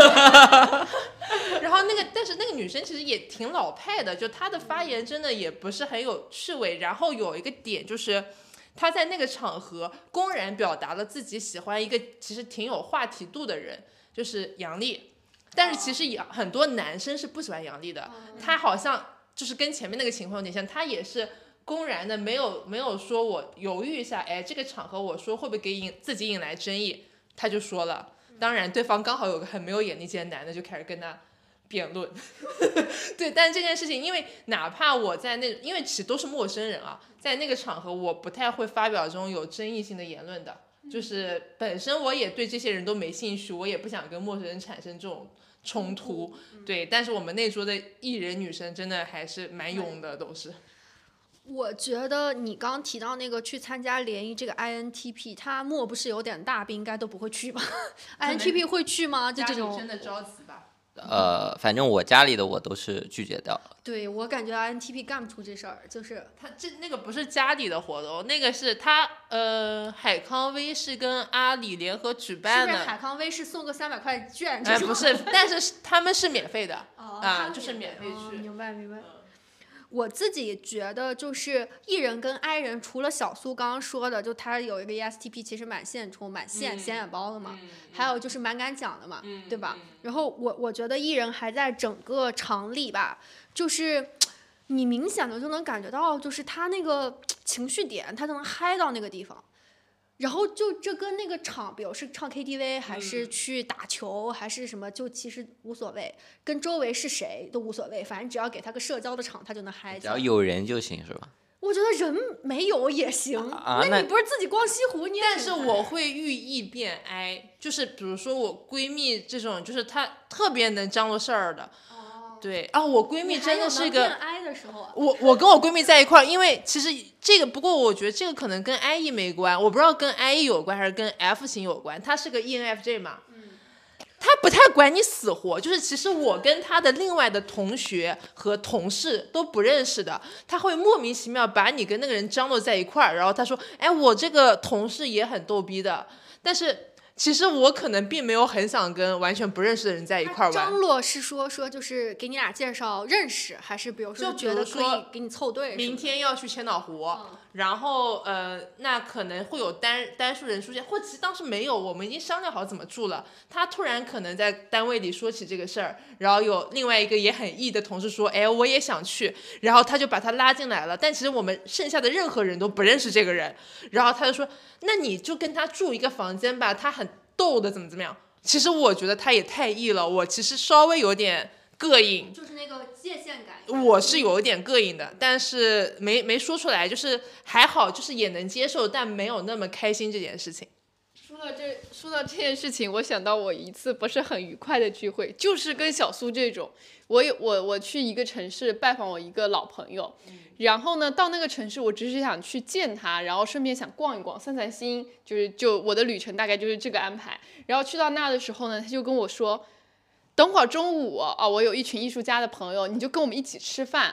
然后那个，但是那个女生其实也挺老派的，就她的发言真的也不是很有趣味。然后有一个点就是，她在那个场合公然表达了自己喜欢一个其实挺有话题度的人，就是杨笠。但是其实杨很多男生是不喜欢杨笠的，他好像就是跟前面那个情况有点像，他也是。公然的没有没有说我犹豫一下，哎，这个场合我说会不会给引自己引来争议，他就说了。当然对方刚好有个很没有眼力见的男的就开始跟他辩论。对，但这件事情因为哪怕我在那因为其实都是陌生人啊，在那个场合我不太会发表这种有争议性的言论的，就是本身我也对这些人都没兴趣，我也不想跟陌生人产生这种冲突。对，但是我们那桌的艺人女生真的还是蛮勇的，都是。 我觉得你刚提到那个去参加联谊这个 I N T P， 他莫不是有点大病，应该都不会去吧？I N T P 会去吗？就这种真的着急吧？ 呃，反正我家里的我都是拒绝掉了。 对，我感觉 I N T P 干不出这事儿，就是他这那个不是家里的活动，那个是他呃海康威视跟阿里联合举办的。 是不是海康威视送个三百块券？ 哎，不是，但是他们是免费的、 哦、 啊，就是免费去。 哦、明白明白。我自己觉得就是艺人跟 I 人，除了小苏刚刚说的，就他有一个 E S T P 其实蛮献出蛮现、嗯、显眼包的嘛、嗯、还有就是蛮敢讲的嘛、嗯、对吧、嗯、然后我我觉得艺人还在整个场里吧，就是你明显的就能感觉到就是他那个情绪点他就能嗨到那个地方，然后就这跟那个场，比如是唱 K T V 还是去打球、嗯、还是什么，就其实无所谓，跟周围是谁都无所谓，反正只要给他个社交的场他就能嗨起来， 只要有人就行是吧？ 我觉得人没有也行、啊、那你不是自己逛西湖你也但是我会寓意变 I， 就是比如说我闺蜜这种就是她特别能张罗事儿的，对啊，我闺蜜真的是一个，我我跟我闺蜜在一块儿，因为其实这个，不过我觉得这个可能跟 I E 没关，我不知道跟 I E 有关还是跟 F 型有关，她是个 E N F J 嘛，她不太管你死活，就是其实我跟她的另外的同学和同事都不认识的，她会莫名其妙把你跟那个人张罗在一块儿，然后她说，哎，我这个同事也很逗逼的，但是。其实我可能并没有很想跟完全不认识的人在一块玩。 张罗是说说就是给你俩介绍认识，还是比如说觉得可以给你凑对？ 明天要去千岛湖，嗯、然后呃，那可能会有单单数人出现，或其实当时没有，我们已经商量好怎么住了。他突然可能在单位里说起这个事儿，然后有另外一个也很 E 的同事说，哎，我也想去，然后他就把他拉进来了。但其实我们剩下的任何人都不认识这个人，然后他就说，那你就跟他住一个房间吧，他很。逗的怎么怎么样？其实我觉得他也太 E 了，我其实稍微有点膈应， 就是那个界限感。 我是有一点膈应的，但是没没说出来，就是还好，就是也能接受，但没有那么开心这件事情。 说到这，说到这件事情，我想到我一次不是很愉快的聚会，就是跟小苏这种，我有我我去一个城市拜访我一个老朋友。嗯，然后呢，到那个城市，我只是想去见他，然后顺便想逛一逛、散散心，就是就我的旅程大概就是这个安排。然后去到那的时候呢，他就跟我说，等会儿中午啊，我有一群艺术家的朋友，你就跟我们一起吃饭。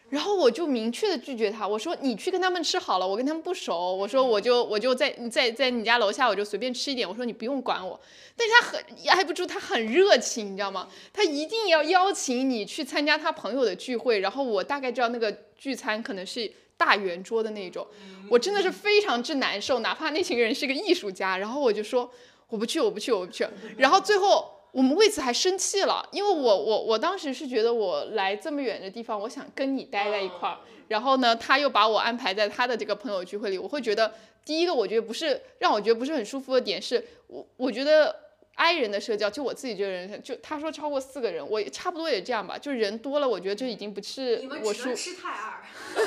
然后我就明确的拒绝他，我说你去跟他们吃好了，我跟他们不熟，我说我就我就在在在你家楼下，我就随便吃一点，我说你不用管我。但是他很挨不住，他很热情，你知道吗？他一定要邀请你去参加他朋友的聚会，然后我大概知道那个聚餐可能是大圆桌的那种，我真的是非常之难受，哪怕那群人是个艺术家，然后我就说我不去，我不去，我不去，然后最后。我们为此还生气了，因为我我我当时是觉得我来这么远的地方，我想跟你待在一块儿，然后呢，他又把我安排在他的这个朋友聚会里，我会觉得第一个我觉得不是让我觉得不是很舒服的点是，我我觉得 I 人的社交，就我自己觉得人，就他说超过四个人，我差不多也这样吧，就人多了，我觉得这已经不是我舒。 吃太二。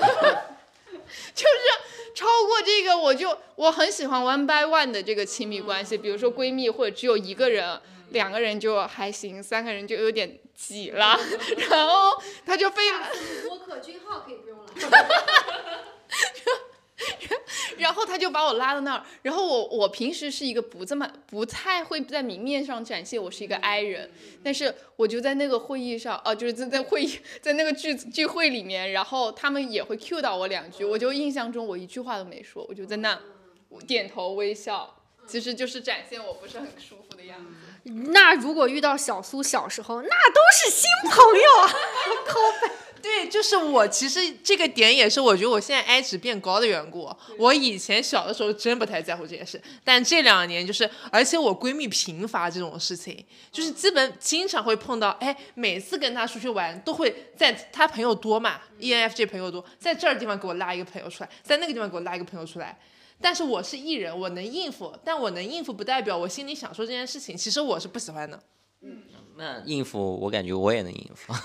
就是超过这个，我就我很喜欢 one by one 的这个亲密关系，比如说闺蜜或者只有一个人。两个人就还行，三个人就有点挤了，然后他就非播客君浩可以不用了。 然后他就把我拉到那儿，然后我我平时是一个不这么不太会在明面上展现我是一个 I 人，但是我就在那个会议上，哦，就是在在会议在那个聚聚会里面，然后他们也会 cue 到我两句，我就印象中我一句话都没说，我就在那点头微笑，其实就是展现我不是很舒服的样子。 那如果遇到小苏小时候，那都是新朋友啊，靠背。 对，就是我其实这个点也是我觉得我现在 I 值变高的缘故。我以前小的时候真不太在乎这件事，但这两年就是，而且我闺蜜频发这种事情，就是基本经常会碰到，哎，每次跟她出去玩都会在她朋友多嘛 ，E N F J 朋友多，在这儿地方给我拉一个朋友出来，在那个地方给我拉一个朋友出来。但是我是艺人，我能应付，但我能应付不代表我心里享受这件事情，其实我是不喜欢的。 嗯，那应付我感觉我也能应付。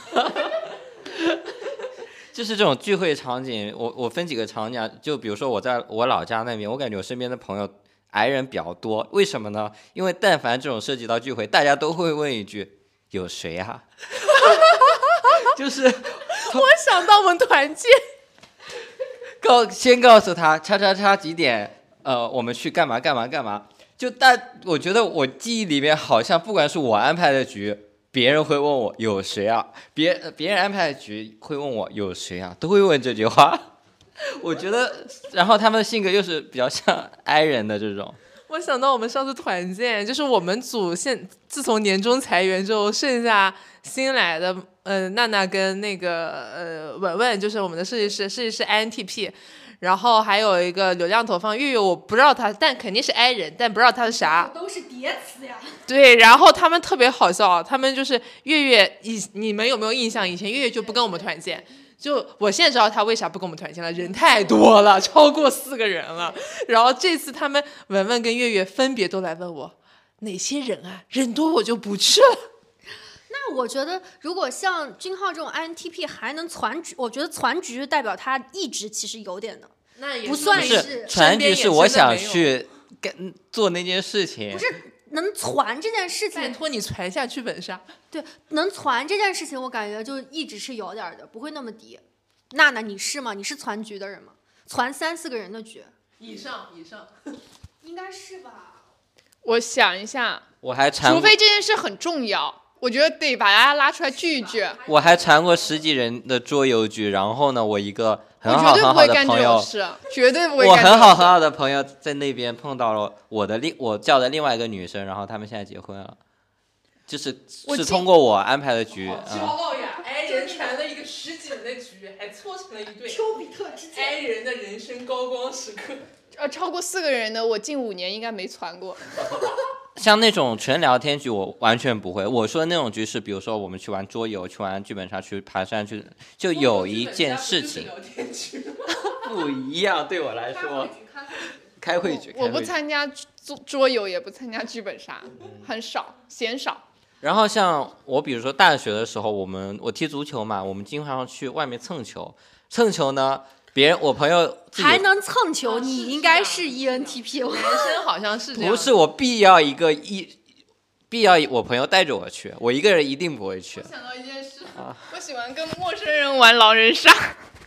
就是这种聚会场景，我我分几个场景，就比如说我在我老家那边，我感觉我身边的朋友癌人比较多，为什么呢？因为但凡这种涉及到聚会，大家都会问一句有谁啊？就是我想到我们团建。 告先告诉他叉叉叉几点，呃，我们去干嘛干嘛干嘛。就但我觉得我记忆里面好像不管是我安排的局，别人会问我有谁啊，别别人安排的局会问我有谁啊，都会问这句话。我觉得，然后他们的性格又是比较像 I 人的这种。 我想到我们上次团建，就是我们组现自从年终裁员之后，剩下新来的，呃，娜娜跟那个呃文文，就是我们的设计师，设计师 I N T P， 然后还有一个流量投放月月，我不知道他，但肯定是 I 人，但不知道他是啥。 都是叠词呀。 对，然后他们特别好笑，他们就是月月，以你们有没有印象？以前月月就不跟我们团建。就我现在知道他为啥不跟我们团建了，人太多了，超过四个人了。然后这次他们文文跟月月分别都来问我哪些人啊，人多我就不去了。 那我觉得如果像君浩这种 I N T P 还能攒局，我觉得攒局代表他意志其实有点的， 那也不算是攒局是我想去跟做那件事情， 不是能传这件事情， 拜托你传下剧本杀。 对，能传这件事情，我感觉就一直是有点的，不会那么低。娜娜，你是吗？你是传局的人吗？传三四个人的局以上，以上， 应该是吧？ 我想一下， 我还传， 除非这件事很重要，我觉得得把大家拉出来聚一聚。 我还传过十几人的桌游局，然后呢，我一个很好很好的朋友， 绝对不会干这种事， 我很好很好的朋友在那边碰到了我的另我叫的另外一个女生，然后他们现在结婚了，就是是通过我安排的局。 骄傲呀 ！I 人传了一个十几人的局，还凑成了一对丘比特之箭 I 人的人生高光时刻。 呃，超过四个人的，我近五年应该没传过。 像那种纯聊天局，我完全不会。我说的那种局是，比如说我们去玩桌游，去玩剧本杀，去爬山，去就有一件事情不一样。对我来说，开会局， 我, 我不参加桌桌游，也不参加剧本杀，很少，嫌少。 然后像我，比如说大学的时候，我们我踢足球嘛，我们经常去外面蹭球。蹭球呢，别人我朋友还能蹭球，你应该是 E N T P。 男生好像是这样。 不是，我必要一个一必要我朋友带着我去，我一个人一定不会去。 我想到一件事，啊、我喜欢跟陌生人玩狼人杀。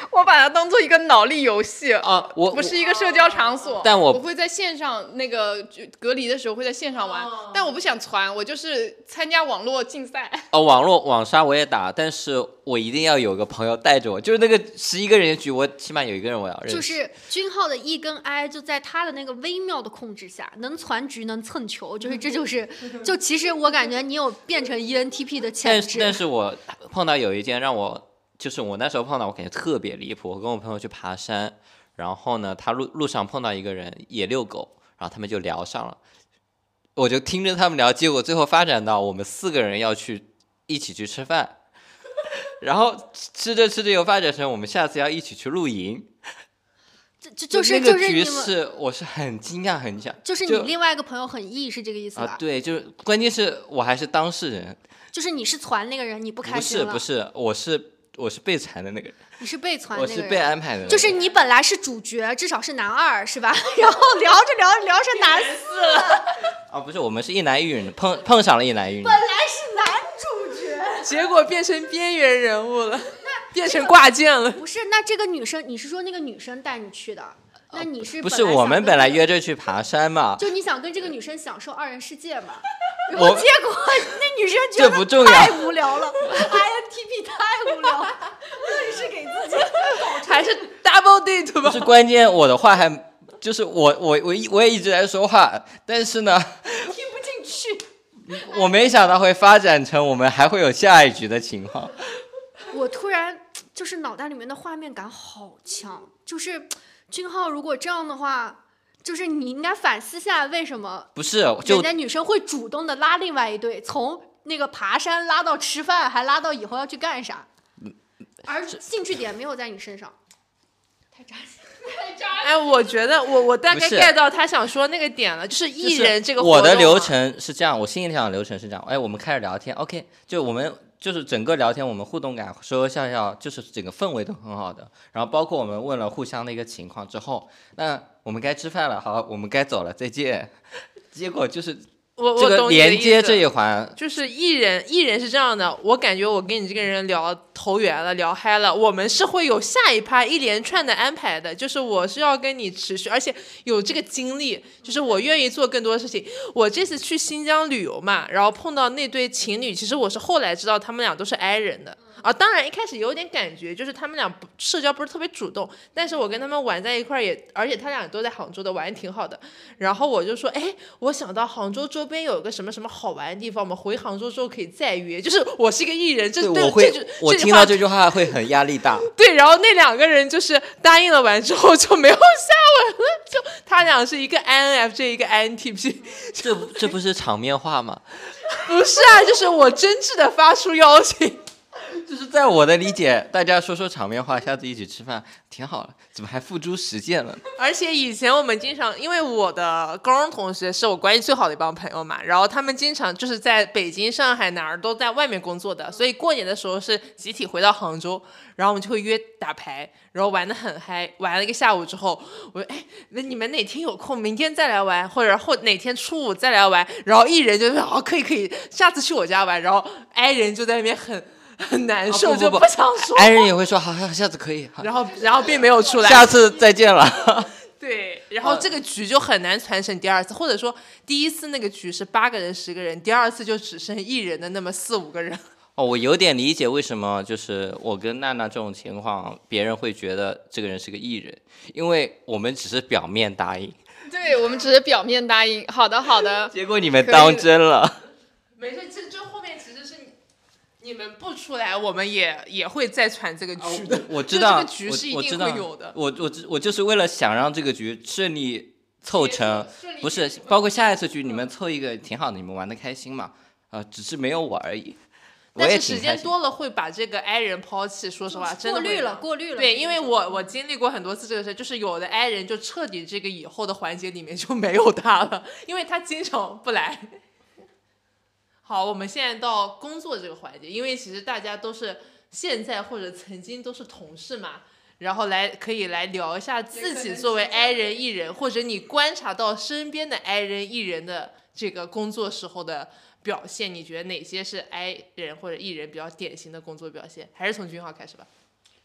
我把它当做一个脑力游戏啊，我不是一个社交场所。 但我我会在线上那个隔离的时候会在线上玩， 哦但我不想传，我就是参加网络竞赛。 哦，网络网杀我也打，但是我一定要有个朋友带着我，就是那个十一个人的局，我起码有一个人我要认识。 就是君浩的 E 跟 I 就在他的那个微妙的控制下，能攒局能蹭球，就是这就是就其实我感觉你有变成 E N T P 的潜质。 但是但是我碰到有一件让我就是我那时候碰到我感觉特别离谱，我跟我朋友去爬山，然后呢他路路上碰到一个人也遛狗，然后他们就聊上了，我就听着他们聊，结果最后发展到我们四个人要去一起去吃饭，然后吃着吃着又发展成我们下次要一起去露营。 就就就是那个就是你局势，我是很惊讶很惊讶。 就是你另外一个朋友很 E 是这个意思吧？ 啊，对，就是关键是我还是当事人。 就是你是传那个人，你不开不心了？ 是不是，我是我是被传的那个人。 你是被传那个人， 我是被安排的那个人。 就是你本来是主角，至少是男二是吧？然后聊着聊着聊成男四了。 啊，不是，我们是一男一女，碰碰上了一男一女。 本来是男主角， 结果变成边缘人物了，变成挂件了。 不是，那这个女生，你是说那个女生带你去的？那你是不是我们本来约着去爬山嘛？ 就你想跟这个女生享受二人世界嘛？然我后结果那女生觉这不重要得太无聊了，I N T P 太无聊了，到底是给自己还是 double date 吧？ 不是关键，我的话还就是我我我我也一直在说话，但是呢， 听不进去。 我没想到会发展成我们还会有下一局的情况。 我突然就是脑袋里面的画面感好强，就是君浩如果这样的话，就是你应该反思下为什么不是就人家女生会主动的拉另外一对，从那个爬山拉到吃饭，还拉到以后要去干啥，而兴趣点没有在你身上，太扎心。 哎，我觉得我我大概不是 get 到他想说那个点了，就是艺人这个活动啊我的流程是这样，我心里想的流程是这样，哎，我们开始聊天 ，OK， 就我们就是整个聊天，我们互动感说说笑笑，就是整个氛围都很好的。然后包括我们问了互相的一个情况之后，那我们该吃饭了，好，我们该走了，再见。结果就是这个我我懂你的意思连接这一环， 就是艺人，艺人是这样的，我感觉我跟你这个人聊投缘了，聊嗨了，我们是会有下一趴一连串的安排的，就是我是要跟你持续，而且有这个精力，就是我愿意做更多的事情。我这次去新疆旅游嘛，然后碰到那对情侣，其实我是后来知道他们俩都是 I 人的。啊，当然一开始有点感觉，就是他们俩不社交不是特别主动，但是我跟他们玩在一块儿也，而且他俩都在杭州的，玩挺好的。然后我就说，哎，我想到杭州周边有个什么什么好玩的地方，我们回杭州之后可以再约。就是我是一个艺人，这对我会这句我这句话听到这句话会很压力大。 对，然后那两个人就是答应了完之后就没有下文了，就他俩是一个 I N F J 一个 I N T P， 这这不是场面话吗？ 不是啊，就是我真挚的发出邀请。 就是在我的理解，大家说说场面话，下次一起吃饭挺好的，怎么还付诸实践了呢？ 而且以前我们经常，因为我的高中同学是我关系最好的一帮朋友嘛，然后他们经常就是在北京、上海哪儿都在外面工作的，所以过年的时候是集体回到杭州，然后我们就会约打牌，然后玩得很嗨，玩了一个下午之后，我说哎，那你们哪天有空，明天再来玩，或者后哪天初五再来玩，然后一人就说哦可以可以，下次去我家玩，然后 I 人就在那边很。很难受， 啊、不就不不想说。 爱人也会说好，好，下次可以。 然后，然后并没有出来。 下次再见了。 对，然后这个局就很难传承第二次，或者说第一次那个局是八个人、十个人，第二次就只剩一人的那么四五个人。 哦，我有点理解为什么就是我跟娜娜这种情况，别人会觉得这个人是个艺人，因为我们只是表面答应。 对，我们只是表面答应。好的，好的。 结果你们当真了。 没事，这这后面其实是。你们不出来，我们也也会再传这个局的。 哦、我知道， 这个局是一定会有的。 我我我就是为了想让这个局顺利凑成，不是包括下一次局你们凑一个挺好的，你们玩的开心嘛？啊、呃，只是没有我而已。 但是时间多了会把这个 I 人抛弃，说实话，真的过滤了，过滤了。 对，因为我我经历过很多次这个事，就是有的 I 人就彻底这个以后的环节里面就没有他了，因为他经常不来。好，我们现在到工作这个环节，因为其实大家都是现在或者曾经都是同事嘛，然后来可以来聊一下自己作为 I 人艺人，或者你观察到身边的 I 人艺人的这个工作时候的表现，你觉得哪些是 I 人或者艺人比较典型的工作表现？还是从君浩开始吧。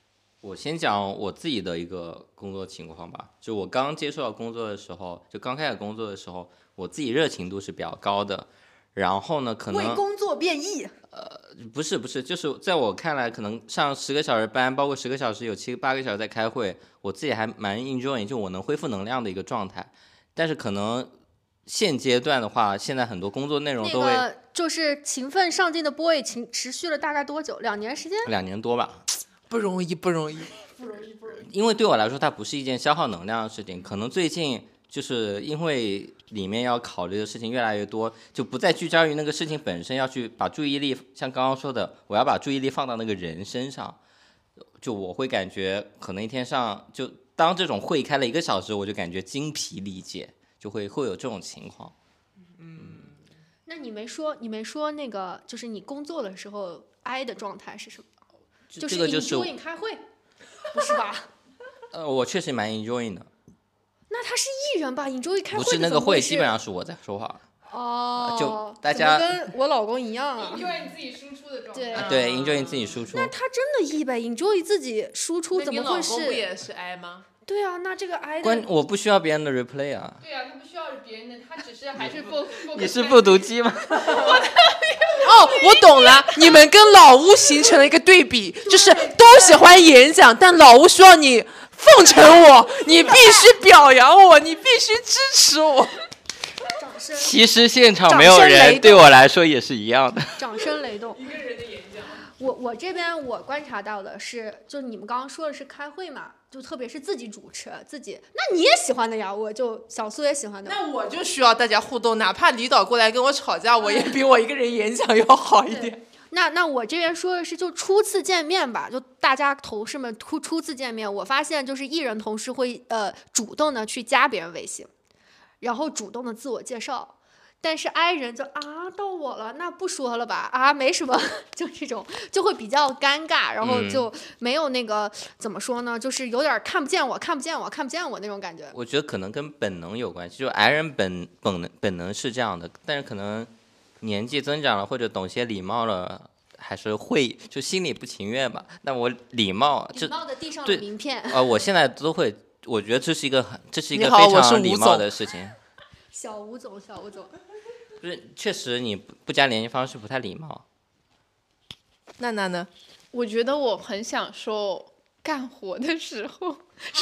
我先讲我自己的一个工作情况吧。就我刚接触到工作的时候，就刚开始工作的时候，我自己热情度是比较高的。然后呢，可能为工作变异。 呃，不是不是，就是在我看来，可能上十个小时班，包括十个小时有七八个小时在开会，我自己还蛮 enjoy， 就我能恢复能量的一个状态。但是可能现阶段的话，现在很多工作内容都会、 那个、就是勤奋上进的 boy 持持续了大概多久？两年时间？ 两年多吧。 不容易，不容易， 不容易，不容易。 因为对我来说，它不是一件消耗能量的事情。可能最近就是因为里面要考虑的事情越来越多，就不再聚焦于那个事情本身，要去把注意力，像刚刚说的，我要把注意力放到那个人身上。就我会感觉，可能一天上，就当这种会开了一个小时，我就感觉精疲力竭，就会会有这种情况。 嗯， 那你没说，你没说那个，就是你工作的时候 I 的状态是什么？ 就是这个就是 enjoying 开会，不是吧？ 呃，我确实蛮 enjoying 的。 那他是艺人吧 ？enjoy 开会不是那个会， 是基本上是我在说话。 哦， 就大家怎么跟我老公一样啊。 enjoy 你自己输出的状态。 对啊，对 enjoy 你自己输出。 那他真的 E 呗 ，enjoy 自己输出，怎么会那你老公不是？ 也是 I 吗？ 对啊，那这个 I 关的我不需要别人的 replay 啊。 对啊，他不需要别人的，他只是还是 focus。 你是复读机吗？ 哦，我懂了，你们跟老吴形成了一个对比，就是都喜欢演讲，但老吴需要你奉承我，你必须表扬我，你必须支持我。 掌声， 其实现场没有人，对我来说也是一样的。 掌声雷动。 一个人的演讲。 我我这边我观察到的是，就你们刚刚说的是开会嘛，就特别是自己主持自己，那你也喜欢的呀，我就小苏也喜欢的。 那我就需要大家互动，哪怕领导过来跟我吵架，我也比我一个人演讲要好一点。 那那我这边说的是，就初次见面吧，就大家同事们初初次见面，我发现就是艺人同事会呃主动的去加别人微信，然后主动的自我介绍。但是 I 人就啊到我了，那不说了吧，啊没什么，就这种就会比较尴尬，然后就没有那个、嗯、怎么说呢，就是有点看不见我，看不见我，看不见我那种感觉。 我觉得可能跟本能有关系，就 I 人本本能本能是这样的，但是可能年纪增长了或者懂些礼貌了，还是会就心里不情愿吧。但我礼貌就礼貌的递上了名片。 呃，我现在都会，我觉得这是一个很这是一个非常礼貌的事情。 小吴总，小吴总。 不是，确实你不加联系方式不太礼貌。 娜娜呢？ 我觉得我很享受干活的时候，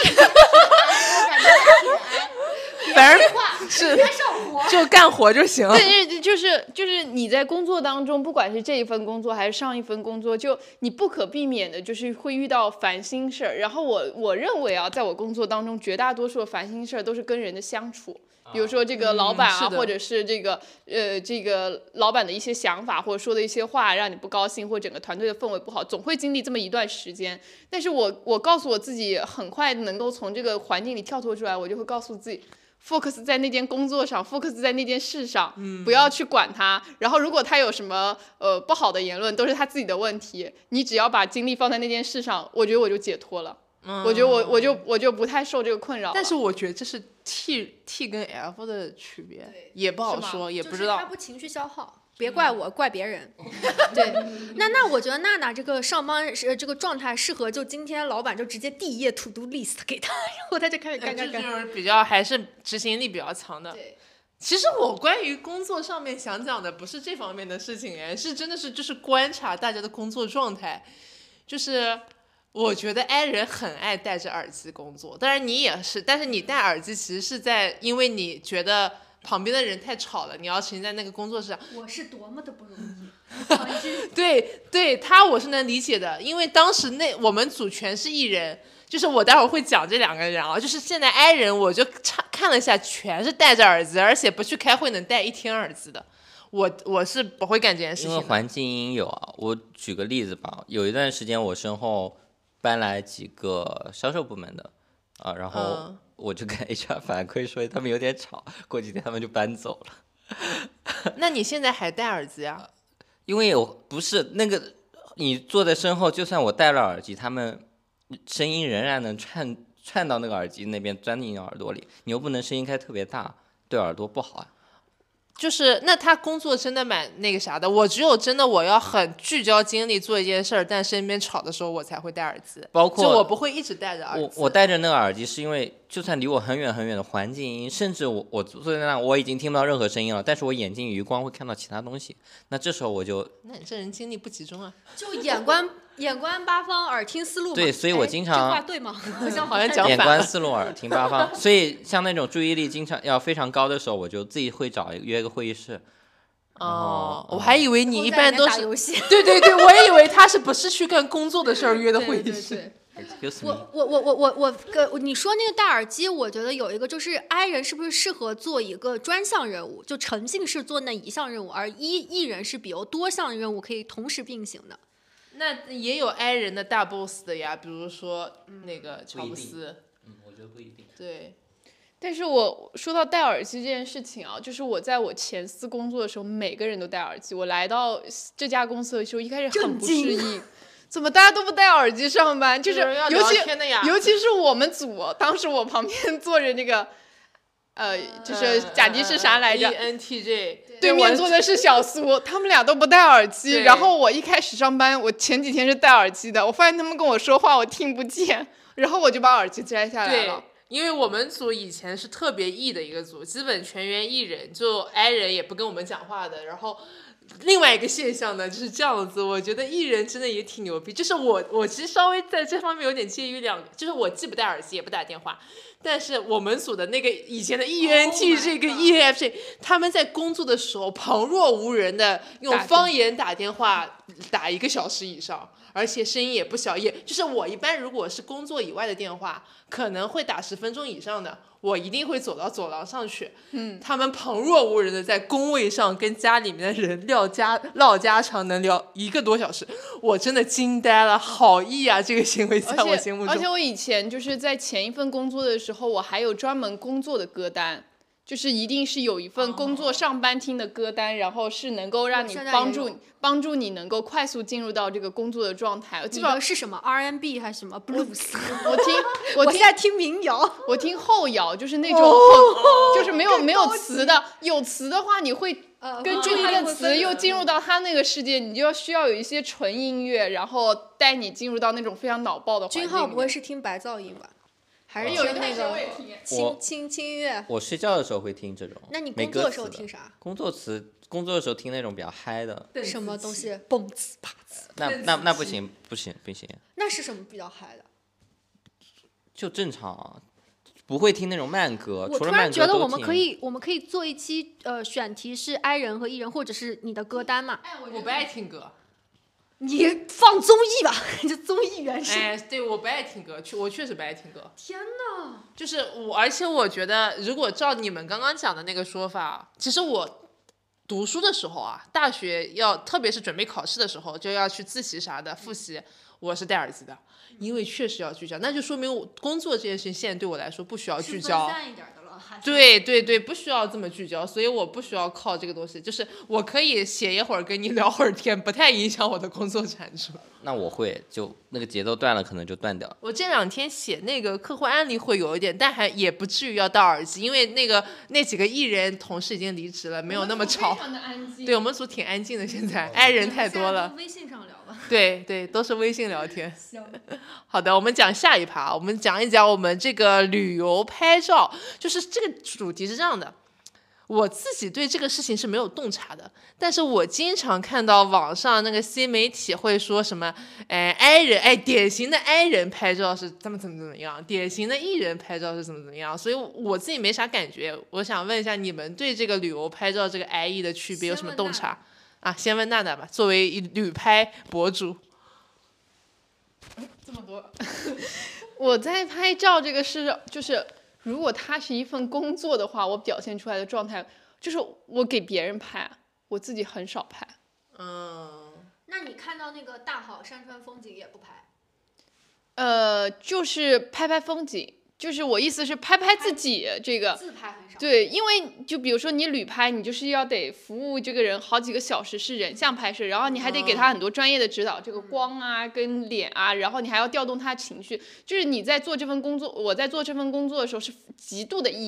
反正是就干活就行了。 对，就是就是你在工作当中，不管是这一份工作还是上一份工作，就你不可避免的就是会遇到烦心事儿。然后我我认为啊，在我工作当中，绝大多数的烦心事儿都是跟人的相处。比如说这个老板啊， 嗯、 或者是这个呃这个老板的一些想法，或者说的一些话让你不高兴，或者整个团队的氛围不好，总会经历这么一段时间。但是我我告诉我自己，很快能够从这个环境里跳脱出来，我就会告诉自己 focus 在那件工作上 ，focus 在那件事上， 嗯、 不要去管他。然后如果他有什么呃不好的言论，都是他自己的问题，你只要把精力放在那件事上，我觉得我就解脱了。 嗯、 我觉得我我就我就不太受这个困扰。 但是我觉得这是 T T 跟 F 的区别，也不好说，也不知道。 就是他不情绪消耗，别怪我，嗯、怪别人。对，那那我觉得娜娜这个上班是这个状态适合，就今天老板就直接递一页 to do list 给他，然后他就开始干干干。 就是比较还是执行力比较强的。 对。 其实我关于工作上面想讲的不是这方面的事情，哎，是真的是就是观察大家的工作状态，就是。我觉得 I 人很爱戴着耳机工作，当然你也是，但是你戴耳机其实是在，因为你觉得旁边的人太吵了，你要沉浸在那个工作室上。 我是多么的不容易。 对对，他我是能理解的，因为当时那我们组全是艺人，就是我待会儿会讲这两个人啊，就是现在 I 人我就看了一下，全是戴着耳机，而且不去开会能戴一天耳机的。我我是不会干这件事情的， 因为环境因有啊。我举个例子吧，有一段时间我身后搬来几个销售部门的啊，然后我就跟 H R 反馈说他们有点吵，过几天他们就搬走了。 那你现在还戴耳机啊？ 因为我不是那个，你坐在身后，就算我戴了耳机，他们声音仍然能串串到那个耳机那边，钻进你耳朵里，你又不能声音开特别大，对耳朵不好啊。 就是那他工作真的蛮那个啥的，我只有真的我要很聚焦精力做一件事儿，但身边吵的时候我才会戴耳机， 包括就我不会一直戴着耳机。 我我戴着那个耳机是因为就算离我很远很远的环境音，甚至我我坐在那我已经听不到任何声音了，但是我眼睛余光会看到其他东西，那这时候我就那你这人精力不集中啊， 就眼观眼观八方，耳听四路嘛。 对，所以我经常、 哎、这话对吗？好像好像讲眼观四路，耳听八方。所以像那种注意力经常要非常高的时候，我就自己会找约个会议室。 哦，我还以为你一般都是打游戏。 对对对，我也以为他是不是去干工作的事儿约的会议室。 对对对，Excuse 我 me。 我我我我我跟你说那个戴耳机，我觉得有一个就是 I 人是不是适合做一个专项任务，就沉浸式做那一项任务，而 E E 人是比如多项任务可以同时并行的。 那也有 I 人的大 boss 的呀，比如说那个乔布斯。 嗯，我觉得不一定。 对。 但是我说到戴耳机这件事情啊，就是我在我前司工作的时候，每个人都戴耳机。我来到这家公司的时候，一开始很不适应，怎么大家都不戴耳机上班？就是尤其尤其是我们组，当时我旁边坐着那个，呃，就是甲级是啥来着 ？E N T J， 对面坐的是小苏，他们俩都不戴耳机。然后我一开始上班，我前几天是戴耳机的，我发现他们跟我说话我听不见，然后我就把耳机摘下来了。 因为我们组以前是特别 E 的一个组，基本全员 E 人，就 I 人也不跟我们讲话的。然后另外一个现象呢就是这样子，我觉得 E 人真的也挺牛逼。就是我我其实稍微在这方面有点介于两个，就是我既不戴耳机也不打电话，但是我们组的那个以前的 E N T 这个 E F J， 他们在工作的时候旁若无人的用方言打电话打一个小时以上。而且声音也不小，也就是我一般如果是工作以外的电话，可能会打十分钟以上的，我一定会走到走廊上去。 嗯， 他们旁若无人的在工位上跟家里面的人聊家唠家常，能聊一个多小时，我真的惊呆了，好意啊！这个行为在我心目中。 而且我以前就是在前一份工作的时候，我还有专门工作的歌单。就是一定是有一份工作上班听的歌单， oh. 然后是能够让你帮助帮助你能够快速进入到这个工作的状态。 基本上是什么 R and B 还是什么 Blues？ 我听我我现在听民谣， 我听后摇，就是那种很、oh. 就是没有没有词的，有词的话你会根据它的词又进入到它那个世界，你就要需要有一些纯音乐，然后带你进入到那种非常脑爆的环境里面。 君浩不会是听白噪音吧？还是听那个轻轻轻音乐？ 我睡觉的时候会听这种。 那你工作的时候听啥？ 工作词，工作的时候听那种比较嗨的。 什么东西？蹦次啪次。 那那那不行，不行，不行。 那是什么比较嗨的？ 就正常，不会听那种慢歌。 我突然觉得我们可以，我们可以做一期呃选题是 I 人和 E 人，或者是你的歌单嘛。 我不爱听歌。 你放综艺吧，这综艺原声。 哎，对，我不爱听歌，我确实不爱听歌。 天哪！ 就是我，而且我觉得，如果照你们刚刚讲的那个说法，其实我读书的时候啊，大学要，特别是准备考试的时候，就要去自习啥的复习，我是戴耳机的，因为确实要聚焦，那就说明我工作这件事情现在对我来说不需要聚焦。 分散一点的了。 对对对，不需要这么聚焦，所以我不需要靠这个东西，就是我可以写一会儿跟你聊会儿天，不太影响我的工作产出。 那我会就那个节奏断了，可能就断掉了。 我这两天写那个客户案例会有一点，但还也不至于要戴耳机，因为那个那几个艺人同事已经离职了，没有那么吵。 非常的安静。 对，我们组挺安静的，现在爱人太多了。 微信上聊吧。 对对，都是微信聊天。行。好的，我们讲下一趴，我们讲一讲我们这个旅游拍照，就是这个主题是这样的。我自己对这个事情是没有洞察的，但是我经常看到网上那个新媒体会说什么，哎，I 人，哎，典型的 I 人拍照是怎么怎么怎么样，典型的 E 人拍照是怎么怎么样，所以我自己没啥感觉。我想问一下，你们对这个旅游拍照这个 I E 的区别有什么洞察？啊，先问娜娜吧，作为旅拍博主。 这么多，我在拍照这个事就是。如果它是一份工作的话，我表现出来的状态就是我给别人拍，我自己很少拍。 嗯， 那你看到那个大好山川风景也不拍？ 呃，就是拍拍风景，就是我意思是拍拍自己这个。 自拍很少。 对，因为就比如说你旅拍，你就是要得服务这个人好几个小时，是人像拍摄，然后你还得给他很多专业的指导，这个光啊跟脸啊，然后你还要调动他情绪，就是你在做这份工作，我在做这份工作的时候是极度的 E，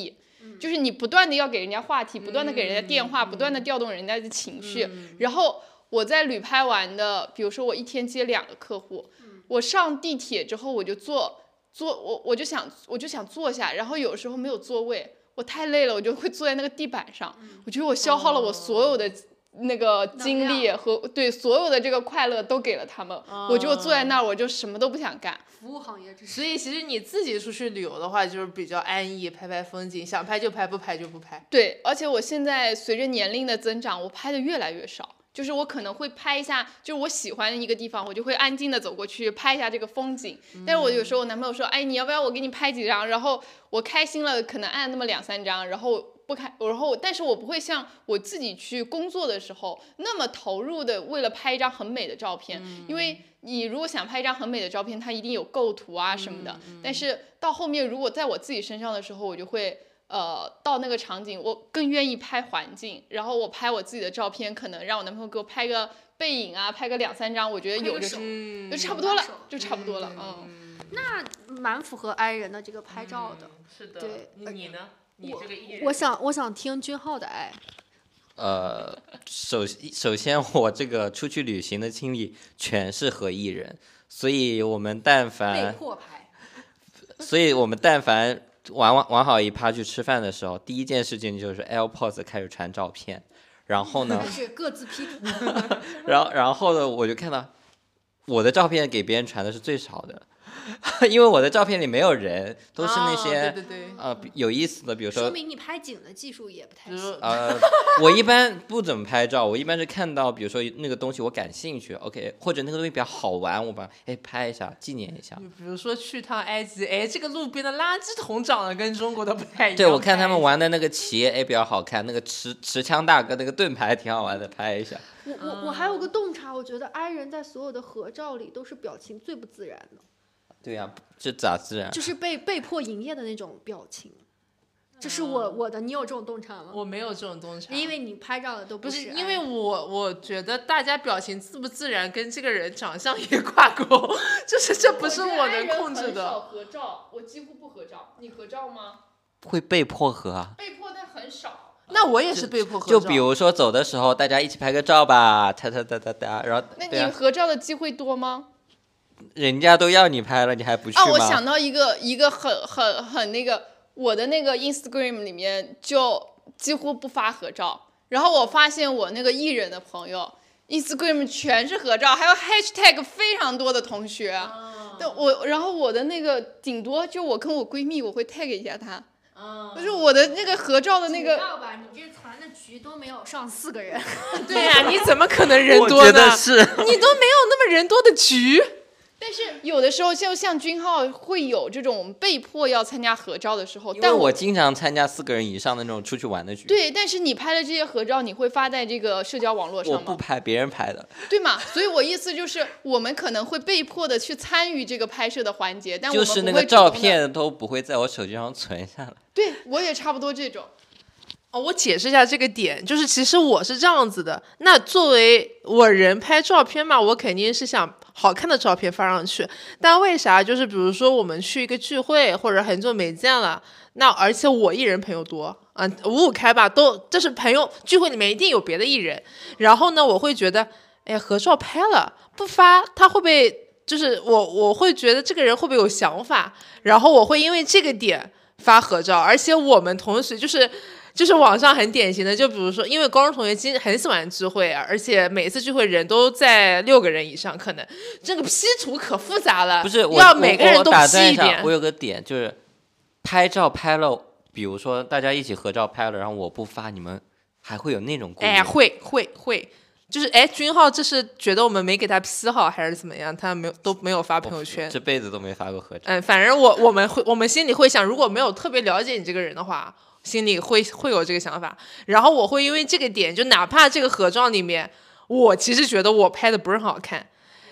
就是你不断的要给人家话题，不断的给人家电话，不断的调动人家的情绪。然后我在旅拍完的，比如说我一天接两个客户，我上地铁之后我就坐坐我我就想我就想坐下，然后有时候没有座位，我太累了，我就会坐在那个地板上。我觉得我消耗了我所有的那个精力和对所有的这个快乐都给了他们，我就坐在那儿，我就什么都不想干。 服务行业， 所以其实你自己出去旅游的话，就是比较安逸，拍拍风景，想拍就拍，不拍就不拍。 对，而且我现在随着年龄的增长，我拍的越来越少。就是我可能会拍一下，就是我喜欢的一个地方，我就会安静的走过去拍一下这个风景。嗯、但是我有时候我男朋友说，哎，你要不要我给你拍几张？然后我开心了，可能按那么两三张，然后不开，然后但是我不会像我自己去工作的时候那么投入的为了拍一张很美的照片，嗯、因为你如果想拍一张很美的照片，它一定有构图啊什么的。嗯嗯、但是到后面如果在我自己身上的时候，我就会。呃，到那个场景，我更愿意拍环境，然后我拍我自己的照片，可能让我男朋友给我拍个背影啊，拍个两三张，我觉得有就就差不多了，就差不多了，嗯。 嗯那蛮符合 I 人的这个拍照的。 嗯、是的。 对， 你呢？你这个艺人。 我想，我想听君浩的爱。 呃，首首先我这个出去旅行的经历全是和艺人，所以我们但凡被迫拍， 所以我们但凡。玩玩玩好一趴去吃饭的时候，第一件事情就是 AirPods 开始传照片，然后呢， 开始各自 P 图， 然后然后呢，我就看到我的照片给别人传的是最少的，因为我的照片里没有人，都是那些、 哦、对对对呃有意思的，比如说， 说明你拍景的技术也不太行。 呃，我一般不怎么拍照，我一般是看到比如说那个东西我感兴趣 ，OK， 或者那个东西比较好玩，我把哎拍一下纪念一下。 比如说去趟埃及，哎，这个路边的垃圾桶长得跟中国的不太一样。 对，我看他们玩的那个棋，哎比较好看，那个持持枪大哥那个盾牌挺好玩的，拍一下。 我我我还有个洞察，我觉得 I 人在所有的合照里都是表情最不自然的。 对呀、啊，这咋自然？ 就是被被迫营业的那种表情，这是我我的。你有这种洞察吗？ 我没有这种洞察， 因为你拍照的都不是。 因为我我觉得大家表情自不自然跟这个人长相也挂钩，就是这不是我能控制的。 我很少合照，我几乎不合照。你合照吗？ 会被迫合啊。 被迫，但很少。 那我也是被迫合照。就比如说走的时候，大家一起拍个照吧，哒哒哒哒哒，然后。 那你合照的机会多吗？ 人家都要你拍了，你还不去吗？ 啊，我想到一个一个很很很那个，我的那个 Instagram 里面就几乎不发合照，然后我发现我那个艺人的朋友 Instagram 全是合照，还有 hashtag 非常多的同学。哦、但我然后我的那个顶多就我跟我闺蜜我会 tag 一下她。哦、就是我的那个合照的那个。 主要吧，你这团的局都没有上四个人。 对呀、啊，你怎么可能人多呢？ 我觉得是。 你都没有那么人多的局。 但是有的时候就像君浩会有这种被迫要参加合照的时候， 因为我经常参加四个人以上的那种出去玩的局。 对，但是你拍的这些合照你会发在这个社交网络上吗？ 我不拍，别人拍的。 对嘛？所以我意思就是我们可能会被迫的去参与这个拍摄的环节，但我们不会就是那个照片都不会在我手机上存下来。 对，我也差不多这种。 哦，我解释一下这个点，就是其实我是这样子的。那作为我人拍照片嘛，我肯定是想好看的照片发上去。但为啥？就是比如说我们去一个聚会，或者很久没见了，那而且我艺人朋友多啊，五五开吧，都这是朋友聚会里面一定有别的艺人。然后呢，我会觉得，哎，合照拍了不发，他会不会就是我我会觉得这个人会不会有想法？然后我会因为这个点发合照，而且我们同时就是。就是网上很典型的，就比如说，因为高中同学经很喜欢聚会啊，而且每次聚会人都在六个人以上，可能这个 P 图可复杂了， 不是要每个人都 P 一点。我有个点就是，拍照拍了，比如说大家一起合照拍了，然后我不发，你们还会有那种顾虑？ 哎，会会会，就是哎，君浩这是觉得我们没给他 P 好，还是怎么样？他没有都没有发朋友圈， 这辈子都没发过合照。 嗯，反正我我们会我们心里会想，如果没有特别了解你这个人的话。心里会会有这个想法，然后我会因为这个点，就哪怕这个合照里面，我其实觉得我拍的不是很好看，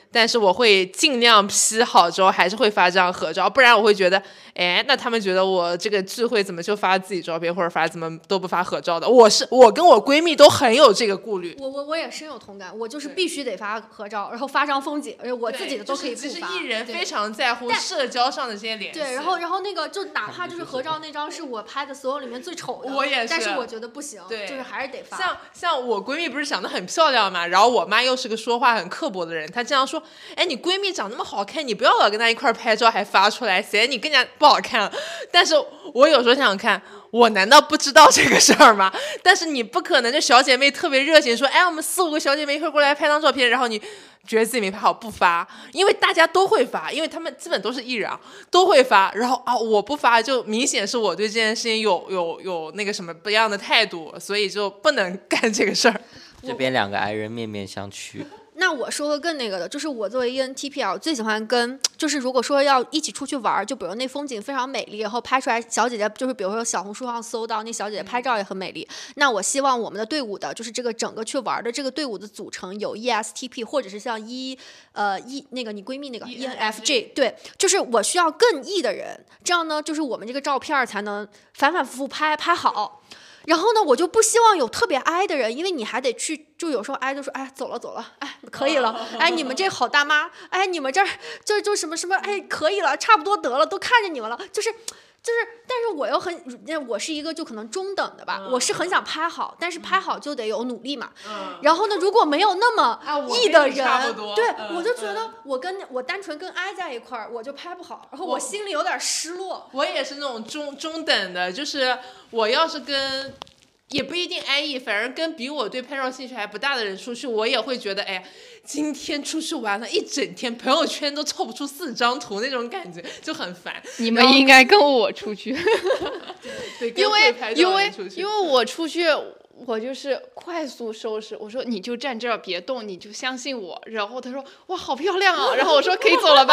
但是我会尽量 P 好之后还是会发这张合照，不然我会觉得，哎，那他们觉得我这个聚会怎么就发自己照片，或者发怎么都不发合照的？我是我跟我闺蜜都很有这个顾虑。 我我我也深有同感，我就是必须得发合照，然后发张风景，而且我自己的都可以不发。 就是其实艺人非常在乎社交上的这些联系。 对，然后然后那个就哪怕就是合照那张是我拍的所有里面最丑的， 我也是， 但是我觉得不行， 对， 就是还是得发。 像像我闺蜜不是长得很漂亮嘛，然后我妈又是个说话很刻薄的人，她经常说，哎，你闺蜜长那么好看，你不要老跟她一块拍照还发出来，显你更加不好看。但是我有时候想想看，我难道不知道这个事儿吗？但是你不可能，这小姐妹特别热情说，哎，我们四五个小姐妹一块过来拍张照片，然后你觉得自己没拍好不发，因为大家都会发，因为他们基本都是艺人都会发，然后啊我不发，就明显是我对这件事情有有有那个什么不一样的态度，所以就不能干这个事儿。 这边两个爱人面面相觑。 那我说个更那个的，就是我作为 E N T P 啊，我最喜欢跟，就是如果说要一起出去玩，就比如那风景非常美丽，然后拍出来小姐姐，就是比如说小红书上搜到那小姐姐拍照也很美丽，那我希望我们的队伍的，就是这个整个去玩的这个队伍的组成有 E S T P， 或者是像 E 呃 E 那个你闺蜜那个 E N F J， 对，就是我需要更 E 的人，这样呢，就是我们这个照片才能反反复复拍拍好。然后呢，我就不希望有特别 I 的人，因为你还得去，就有时候 I 就说，哎，走了走了，哎，可以了，哎，你们这好大妈，哎，你们这儿就就什么什么，哎，可以了，差不多得了，都看着你们了，就是。就是，但是我又很，我是一个就可能中等的吧，嗯、我是很想拍好，但是拍好就得有努力嘛。嗯、然后呢，如果没有那么 E 的人，啊、对、嗯，我就觉得我跟我单纯跟 I 在一块儿，我就拍不好，然后我心里有点失落。 我也是那种中中等的，就是我要是跟。也不一定 I E， 反正跟比我对拍照兴趣还不大的人出去，我也会觉得，哎呀，今天出去玩了一整天，朋友圈都凑不出四张图，那种感觉就很烦。 你们应该跟我出去， 对， 因为因为因为我出去，我就是快速收拾。我说你就站这儿别动，你就相信我。然后他说哇好漂亮啊，然后我说可以走了吧。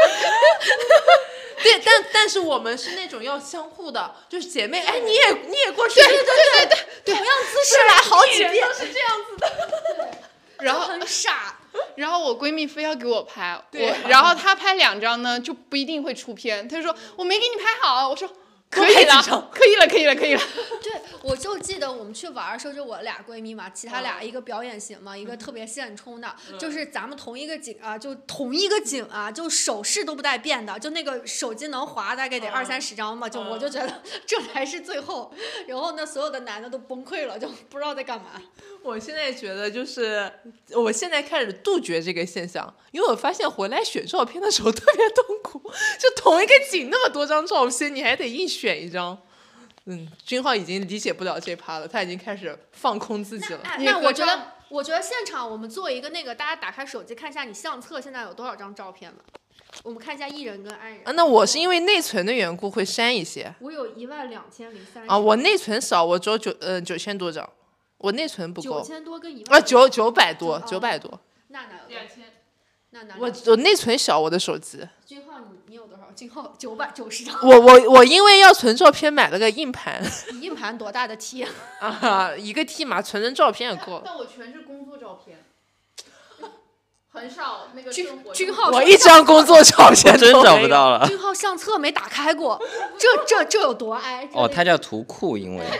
对，但但是我们是那种要相互的，就是姐妹，哎，你也你也过去，对对对对对，同样姿势来好几遍， 是这样子的。 然后很傻， 然后我闺蜜非要给我拍，我然后她拍两张呢，就不一定会出片。她就说我没给你拍好，我说。可以了，可以了，可以了，可以了。 对，我就记得我们去玩的时候，就我俩闺蜜嘛，其他俩一个表演型嘛，嗯、一个特别现充的，嗯、就是咱们同一个景啊，就同一个景啊，就手势都不带变的，就那个手机能滑大概得二三十张嘛，嗯、就我就觉得这才是最后，然后呢，所有的男的都崩溃了，就不知道在干嘛。 我现在觉得就是，我现在开始杜绝这个现象，因为我发现回来选照片的时候特别痛苦，就同一个景那么多张照片，你还得硬选一张。嗯，君浩已经理解不了这趴了，他已经开始放空自己了。 那, 那我觉得，我觉得现场我们做一个那个，大家打开手机看一下你相册现在有多少张照片吧。我们看一下艺人跟爱人。 啊，那我是因为内存的缘故会删一些。 我有一万两千零三。 啊，我内存少，我只有九呃九千多张。我内存不够， 九千多跟一万啊九九百多，九百多。 那哪有？两千。那哪？ 我我内存小，我的手机。 君浩，你你有多少？君浩九百九十张。 我我我因为要存照片，买了个硬盘。 你硬盘多大的 T 啊？一个 T 嘛，存成照片也够了。 但我全是工作照片。很少那个君君浩， 我一张工作照片真找不到了。 君浩相册没打开过，这这这有多挨？ 哦，它叫图库，因为。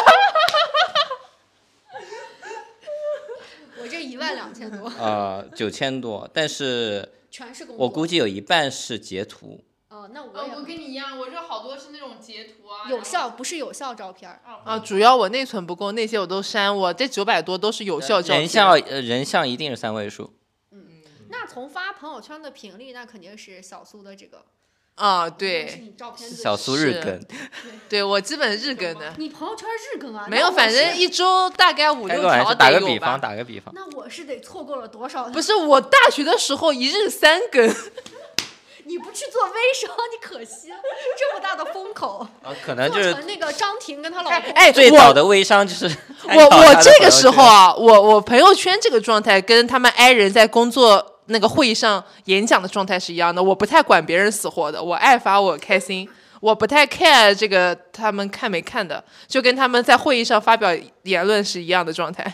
我这一万两千多。 呃，九千多，但是全是工作。 我估计有一半是截图。 哦，那我呃我跟你一样，我这好多是那种截图啊。 有效不是有效照片啊，主要我内存不够，那些我都删，我这九百多都是有效照片。 人像呃人像一定是三位数。 嗯，那从发朋友圈的频率，那肯定是小苏的这个。 啊，对， 小苏日更， 对, 对我基本日更的。 你朋友圈日更啊？ 没有，反正一周大概五六条打个比方，打个比方。 那我是得错过了多少？ 不是，我大学的时候一日三更。 你不去做微商，你可惜了，这么大的风口。 啊，可能就是那个张婷跟她老公。 哎， 最早的微商就是我我这个时候啊，我我朋友圈这个状态跟他们 I 人在工作。那个会议上演讲的状态是一样的，我不太管别人死活的，我爱发我开心，我不太 care 这个他们看没看的，就跟他们在会议上发表言论是一样的状态。 对，那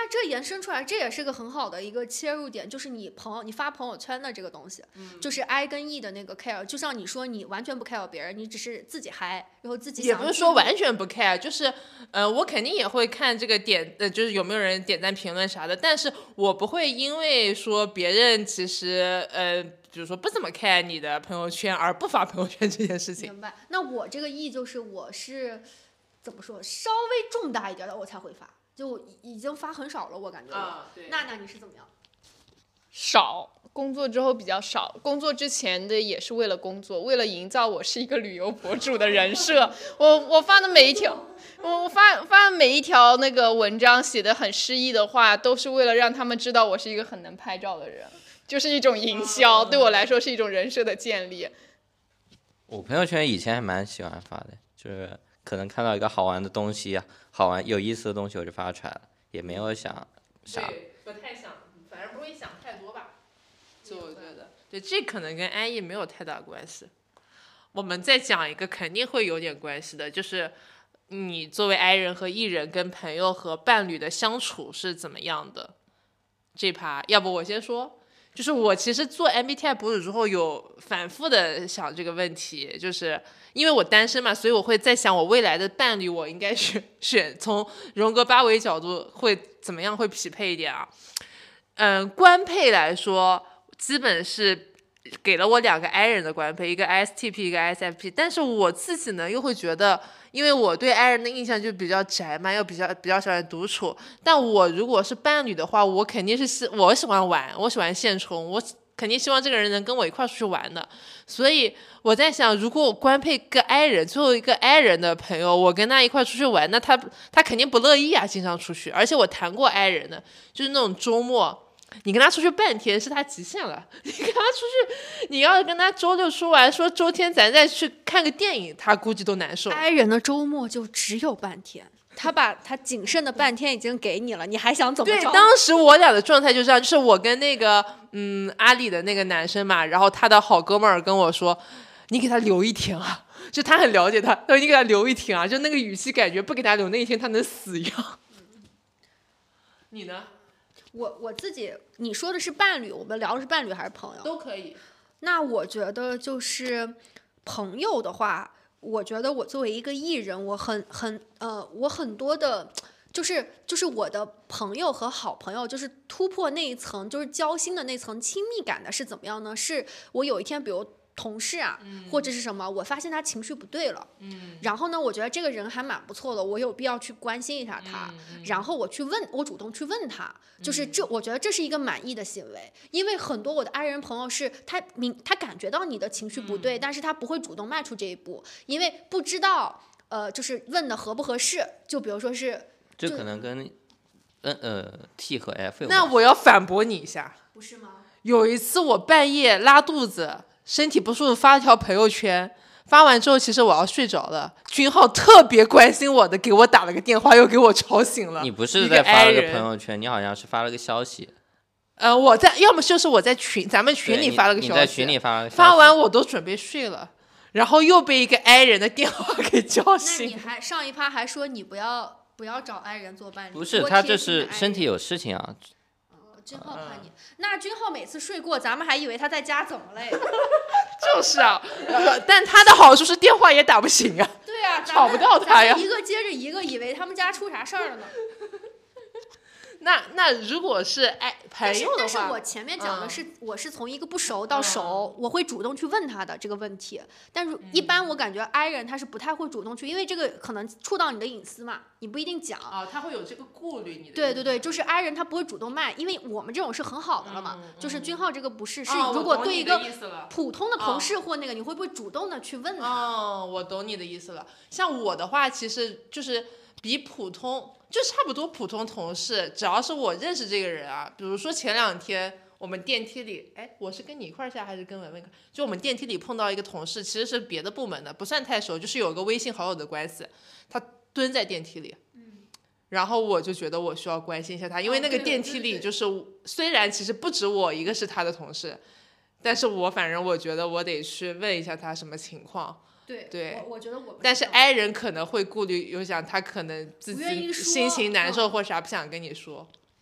那这延伸出来，这也是个很好的一个切入点，就是你朋友你发朋友圈的这个东西，嗯、就是 I 跟 E 的那个 care， 就像你说你完全不 care 别人，你只是自己嗨，然后自己想也不是说完全不 care， 就是呃，我肯定也会看这个点，呃，就是有没有人点赞评论啥的，但是我不会因为说别人其实呃，比如说不怎么 care 你的朋友圈而不发朋友圈这件事情。 明白？那我这个 E 就是我是怎么说，稍微重大一点的我才会发。就已经发很少了，我感觉。 啊，对。 娜娜你是怎么样？ 少，工作之后比较少。工作之前的也是为了工作，为了营造我是一个旅游博主的人设。我我发的每一条，我我发发的每一条那个文章写的很诗意的话，都是为了让他们知道我是一个很能拍照的人，就是一种营销，对我来说是一种人设的建立。 我朋友圈以前还蛮喜欢发的，就是可能看到一个好玩的东西啊。好玩有意思的东西我就发出来了，也没有想啥。 对，不太想，反正不会想太多吧。就我觉得，对，这可能跟安逸没有太大关系。我们再讲一个肯定会有点关系的，就是你作为 I 人和 E 人跟朋友和伴侣的相处是怎么样的？这趴，要不我先说。就是我其实做 M B T I 博主之后，有反复的想这个问题，就是因为我单身嘛，所以我会在想我未来的伴侣，我应该选选从荣格八维角度会怎么样会匹配一点啊？嗯，官配来说，基本是给了我两个 I 人的官配，一个 I S T P， 一个 I S F P， 但是我自己呢又会觉得。因为我对 I 人的印象就比较宅嘛，又比较比较喜欢独处。但我如果是伴侣的话，我肯定是喜我喜欢玩，我喜欢现充，我肯定希望这个人能跟我一块出去玩的。所以我在想，如果我官配个 I 人，最后一个 I 人的朋友，我跟他一块出去玩，那他他肯定不乐意啊，经常出去。而且我谈过 I 人的，就是那种周末。你跟他出去半天是他极限了，你跟他出去，你要跟他周六出玩，说周天咱再去看个电影，他估计都难受。 爱人的周末就只有半天，他把他仅剩的半天已经给你了，你还想怎么着？ 对，当时我俩的状态就这样，就是我跟那个嗯阿里的那个男生嘛，然后他的好哥们儿跟我说，你给他留一天啊，就他很了解他，他说你给他留一天啊，就那个语气感觉不给他留那一天他能死一样。你呢？ 我我自己，你说的是伴侣，我们聊的是伴侣还是朋友？ 都可以。 那我觉得就是朋友的话，我觉得我作为一个艺人，我很很呃，我很多的，就是就是我的朋友和好朋友，就是突破那一层，就是交心的那层亲密感的是怎么样呢？是我有一天，比如。同事啊， 嗯、 或者是什么，我发现他情绪不对了， 嗯， 然后呢，我觉得这个人还蛮不错的，我有必要去关心一下他， 嗯、 然后我去问，我主动去问他，就是这，我觉得这是一个满意的行为，因为很多我的爱人朋友是他明他感觉到你的情绪不对， 嗯、 但是他不会主动迈出这一步，因为不知道，呃，就是问的合不合适，就比如说是， 这可能跟，嗯呃 T 和 F 有关系。 那我要反驳你一下， 不是吗？ 有一次我半夜拉肚子。身体不舒服，发了条朋友圈，发完之后其实我要睡着了，君浩特别关心我的，给我打了个电话，又给我吵醒了。 你不是在发了个朋友圈，你好像是发了个消息。 呃，我在，要么就是我在群，咱们群里发了个消息。 你在群里发了个消息。 发完我都准备睡了，然后又被一个 I 人的电话给叫醒。 那你还上一趴还说你不要不要找 I 人做伴侣？ 不是，他这是身体有事情啊。 君浩怕你，那君浩每次睡过，咱们还以为他在家怎么嘞？ 就是啊，呃，但他的好处是电话也打不醒啊。 对啊， 吵不到他呀。 一个接着一个，以为他们家出啥事儿了呢。 那那如果是哎朋友的话， 但是我前面讲的是、嗯、我是从一个不熟到熟、嗯，我会主动去问他的这个问题。但是一般我感觉 I 人他是不太会主动去，因为这个可能触到你的隐私嘛，你不一定讲。 哦，他会有这个顾虑你的。 对对对，就是 I 人他不会主动卖，因为我们这种是很好的了嘛。 嗯、 就是君浩这个不是，是哦、 如果对一个普通的的同事或那个，哦、你会不会主动的去问他？ 哦，我懂你的意思了。像我的话，其实就是比普通。就差不多普通同事，只要是我认识这个人啊，比如说前两天我们电梯里，哎，我是跟你一块下还是跟文文一块？就我们电梯里碰到一个同事，其实是别的部门的，不算太熟，就是有个微信好友的关系，他蹲在电梯里，嗯，然后我就觉得我需要关心一下他，因为那个电梯里就是虽然其实不止我一个是他的同事，但是我反正我觉得我得去问一下他什么情况。 对对， 我我觉得我， 但是 I 人可能会顾虑，有想他可能自己心情难受或啥，不想跟你说。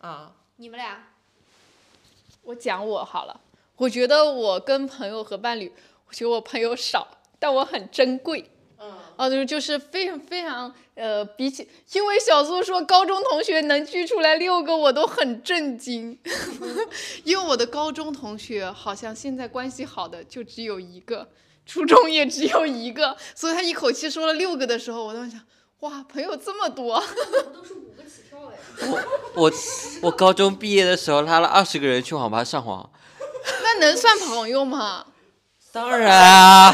啊， 你们俩？ 我讲我好了，我觉得我跟朋友和伴侣，我觉得我朋友少，但我很珍贵。 嗯， 啊，就就是非常非常呃，比起，因为小苏说高中同学能聚出来六个，我都很震惊，因为我的高中同学好像现在关系好的就只有一个，初中也只有一个，所以他一口气说了六个的时候，我当时想，哇，朋友这么多， 我都是五个起跳哎。 我我高中毕业的时候拉了二十个人去网吧上网， 那能算朋友吗？ 当然啊。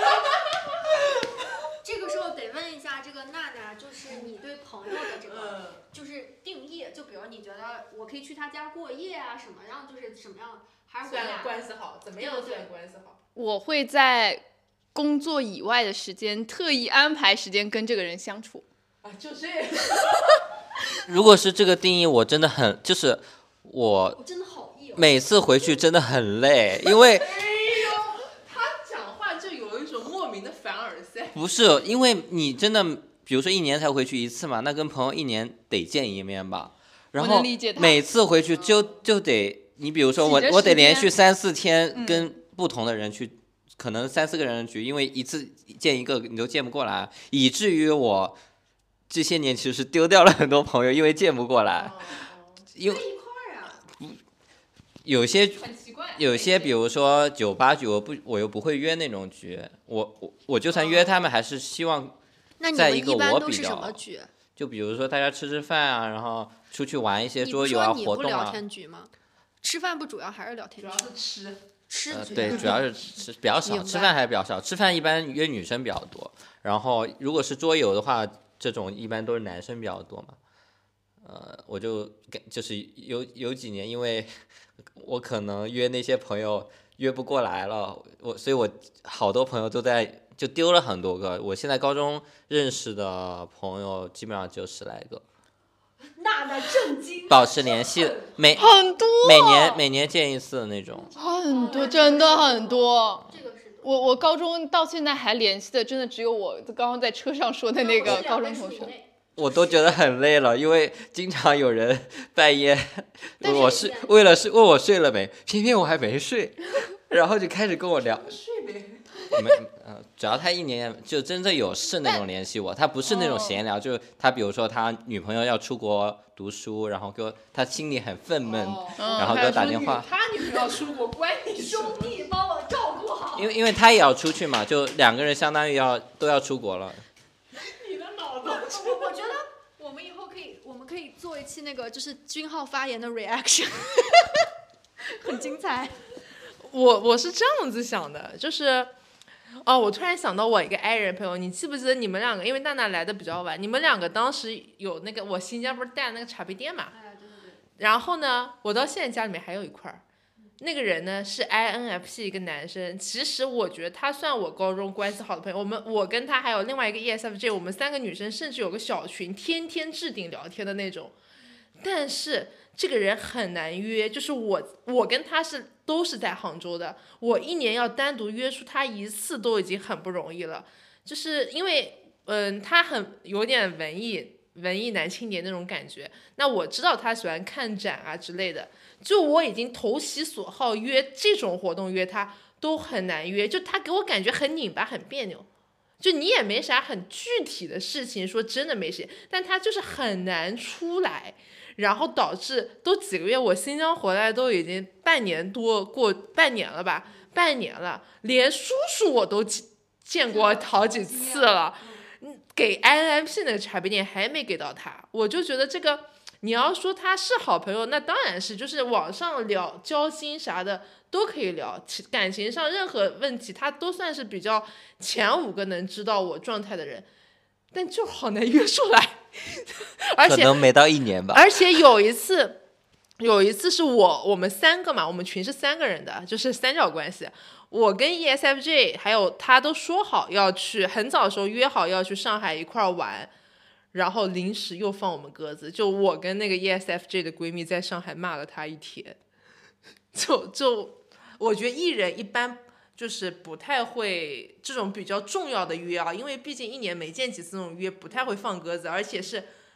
这个时候得问一下这个娜娜，就是你对朋友的这个就是定义，就比如你觉得我可以去他家过夜啊，什么样就是什么样，还是我算俩关系好，怎么样算关系好？ 我会在工作以外的时间特意安排时间跟这个人相处。 啊，就这样。 如果是这个定义，我真的很就是我真的好意哦。 每次回去真的很累，因为哎呦，他讲话就有一种莫名的凡尔赛。 不是因为你真的，比如说一年才回去一次嘛，那跟朋友一年得见一面吧，然后每次回去就就得你比如说我我得连续三四天跟不同的人去。嗯可能三四个人的局，因为一次见一个你都见不过来，以至于我这些年其实是丢掉了很多朋友，因为见不过来。因为一块啊。 有些有些，比如说酒吧局，我不我又不会约那种局，我我我就算约他们，还是希望在一个我比较。就比如说大家吃吃饭啊，然后出去玩一些桌游啊活动啊。 你不说你不聊天局吗？吃饭不主要还是聊天局？ 主要是吃。 吃呃，对，主要是吃比较少，吃饭还是比较少。吃饭一般约女生比较多，然后如果是桌游的话，这种一般都是男生比较多嘛。呃，我就就是有有几年，因为我可能约那些朋友约不过来了，我所以我好多朋友都在就丢了很多个。我现在高中认识的朋友基本上就十来个。 娜娜震惊， 保持联系，每很多， 每年每年见一次的那种， 很多，真的很多。 这个是我我高中到现在还联系的，真的只有我刚刚在车上说的那个高中同学。 我都觉得很累了，因为经常有人半夜问我睡，为了是问我睡了没，偏偏我还没睡，然后就开始跟我聊。 睡没？ 没，呃，只要他一年就真正有事那种联系我，他不是那种闲聊，就是他比如说他女朋友要出国读书，然后给我，他心里很愤懑， 哦、 然后给我打电话。 他女朋友要出国，关你兄弟帮我照顾好。 因为因为他也要出去嘛，就两个人相当于要都要出国了。 你的脑洞。 我我觉得我们以后可以，我们可以做一期那个就是君浩发言的 reaction， 很精彩。 我我是这样子想的，就是。哦，我突然想到我一个 I 人朋友，你记不记得你们两个？因为娜娜来的比较晚，你们两个当时有那个我新疆不是带那个茶杯店嘛？ 哎，对对对。 然后呢，我到现在家里面还有一块儿，那个人呢是 I N F P 一个男生，其实我觉得他算我高中关系好的朋友。我们我跟他还有另外一个 E S F J， 我们三个女生甚至有个小群，天天置顶聊天的那种。但是这个人很难约，就是我我跟他是都是在杭州的，我一年要单独约出他一次都已经很不容易了，就是因为嗯他很有点文艺文艺男青年那种感觉，那我知道他喜欢看展啊之类的，就我已经投其所好，约这种活动约他都很难约，就他给我感觉很拧巴很别扭。就你也没啥很具体的事情说真的没事，但他就是很难出来，然后导致都几个月，我新疆回来都已经半年多过半年了吧，半年了，连叔叔我都见过好几次了，给 I N F P 那个茶杯店还没给到他，我就觉得这个你要说他是好朋友，那当然是，就是网上聊交心啥的都可以聊，感情上任何问题他都算是比较前五个能知道我状态的人，但就好难约出来，而且可能没到一年吧。 而且有一次，有一次是我我们三个嘛，我们群是三个人的，就是三角关系。我跟 E S F J 还有他都说好要去，很早的时候约好要去上海一块玩。然后临时又放我们鸽子，就我跟那个 E S F J 的闺蜜在上海骂了他一天，就就我觉得艺人一般就是不太会这种比较重要的约啊，因为毕竟一年没见几次那种约不太会放鸽子，而且是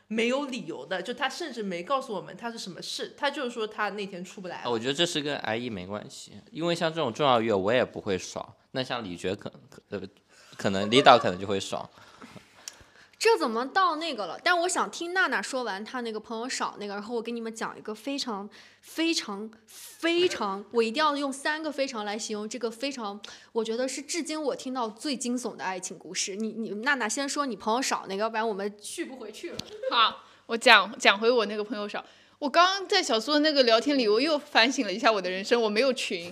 没有理由的，就他甚至没告诉我们他是什么事，他就是说他那天出不来了。 我觉得这是跟 I E 没关系，因为像这种重要月我也不会爽，那像李觉可能可可能李导可能就会爽。 这怎么到那个了？但我想听娜娜说完她那个朋友少那个，然后我给你们讲一个非常非常非常，我一定要用三个非常来形容这个非常，我觉得是至今我听到最惊悚的爱情故事。你你娜娜先说你朋友少那个，要不然我们续不回去了。 好，我讲讲回我那个朋友少。我刚刚在小苏的那个聊天里，我又反省了一下我的人生，我没有群。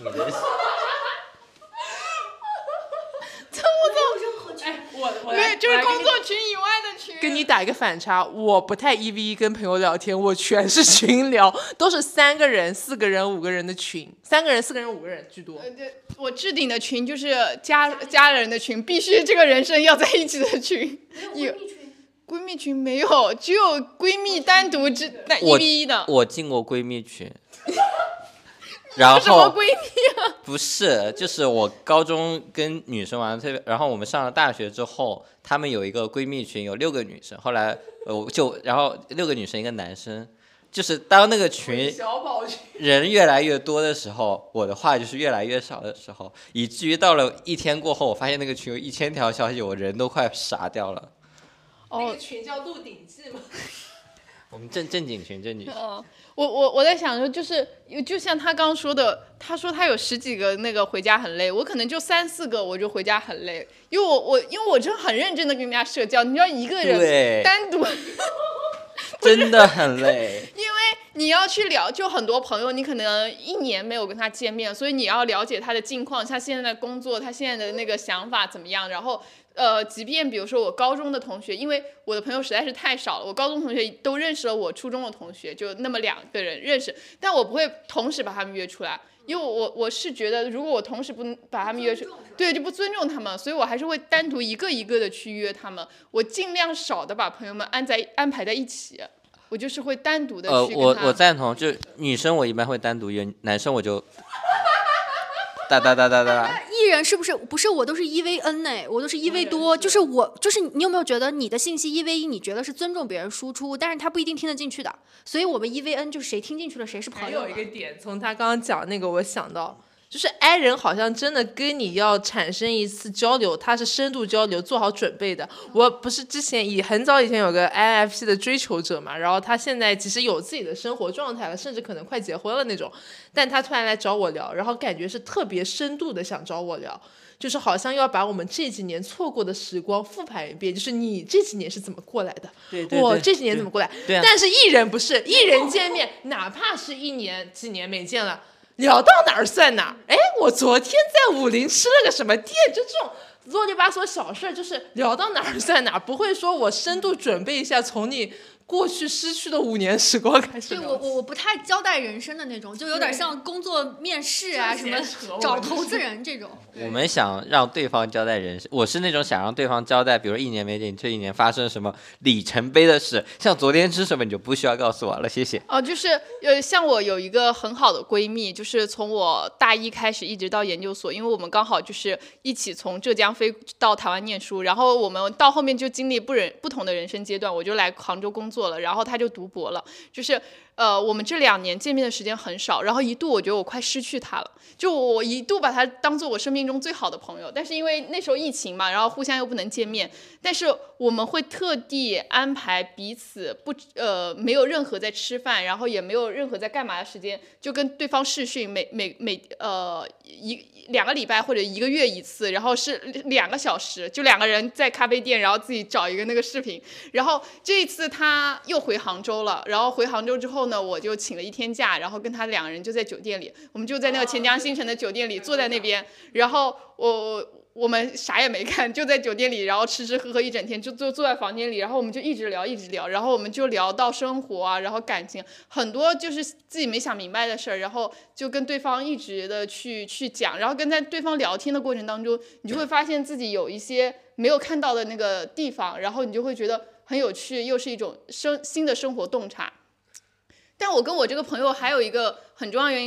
哎，我我没有，就是工作群以外的群。 跟你打一个反差，我不太一 v 一跟朋友聊天，我全是群聊，都是三个人、四个人、五个人的群，三个人、四个人、五个人居多。 呃，对，我置顶的群就是家家人的群，必须这个人生要在一起的群。 没有闺蜜群。 闺蜜群没有，只有闺蜜单独之那一 v 一的。 我进过闺蜜群。然后什么闺蜜啊？ 不是，就是我高中跟女生玩的特别，然后我们上了大学之后，她们有一个闺蜜群，有六个女生，后来呃就然后六个女生一个男生，就是当那个群人越来越多的时候，我的话就是越来越少的时候，以至于到了一天过后，我发现那个群有一千条消息，我人都快傻掉了。 哦，那个群叫《鹿鼎记》吗？ 我们正正经群正经群。 哦，我我我在想说，就是就像他刚说的，他说他有十几个那个回家很累，我可能就三四个我就回家很累，因为我我因为我真的很认真的跟人家社交，你知道一个人单独真的很累， 因为你要去聊，就很多朋友你可能一年没有跟他见面，所以你要了解他的近况，他现在的工作，他现在的那个想法怎么样，然后。呃，即便比如说我高中的同学，因为我的朋友实在是太少了，我高中同学都认识了我初中的同学，就那么两个人认识，但我不会同时把他们约出来，因为我我是觉得如果我同时不把他们约出，对，就不尊重他们，所以我还是会单独一个一个的去约他们，我尽量少的把朋友们安在安排在一起，我就是会单独的去跟他。 呃，我我赞同，就女生我一般会单独约，男生我就。哒哒哒哒哒！ 艺人是不是不是我都是一 v n 呢？我都是一 v 多，就是我就是你有没有觉得你的信息一 v 一，你觉得是尊重别人输出，但是他不一定听得进去的，所以我们一 v n 就是谁听进去了谁是朋友。 还有一个点，从他刚刚讲那个，我想到。就是 I 人好像真的跟你要产生一次交流，他是深度交流，做好准备的。我不是之前以很早以前有个 I N F P 的追求者嘛，然后他现在其实有自己的生活状态了，甚至可能快结婚了那种，但他突然来找我聊，然后感觉是特别深度的想找我聊，就是好像要把我们这几年错过的时光复盘一遍，就是你这几年是怎么过来的， 对对对， 我这几年怎么过来， 对啊， 但是艺人不是，艺人见面哪怕是一年几年没见了。聊到哪儿算哪儿，哎，我昨天在武林吃了个什么店，就这种啰里吧嗦小事，就是聊到哪儿算哪儿，不会说我深度准备一下从你过去失去的五年时光开始。 对，我我我不太交代人生的那种，就有点像工作面试啊，什么找投资人这种。 我们想让对方交代人生，我是那种想让对方交代，比如一年没见，你这一年发生什么里程碑的事，像昨天吃什么你就不需要告诉我了，谢谢。 哦，就是呃，像我有一个很好的闺蜜，就是从我大一开始一直到研究所，因为我们刚好就是一起从浙江飞到台湾念书，然后我们到后面就经历不人不同的人生阶段，我就来杭州工作了，然后她就读博了，就是呃，我们这两年见面的时间很少，然后一度我觉得我快失去她了，就我一度把她当做我生命中最好的朋友，但是因为那时候疫情嘛，然后互相又不能见面，但是我们会特地安排彼此不呃没有任何在吃饭，然后也没有任何在干嘛的时间，就跟对方视讯，每每每呃一两个礼拜或者一个月一次，然后是两个小时，就两个人在咖啡店，然后自己找一个那个视频，然后这一次他又回杭州了，然后回杭州之后呢，我就请了一天假，然后跟他两个人就在酒店里，我们就在那个钱江新城的酒店里坐在那边，然后我我们啥也没干，就在酒店里，然后吃吃喝喝一整天，就坐坐在房间里，然后我们就一直聊一直聊，然后我们就聊到生活啊，然后感情，很多就是自己没想明白的事儿，然后就跟对方一直的去去讲，然后跟在对方聊天的过程当中，你就会发现自己有一些没有看到的那个地方，然后你就会觉得很有趣，又是一种生新的生活洞察。但我跟我这个朋友还有一个很重要的原因是，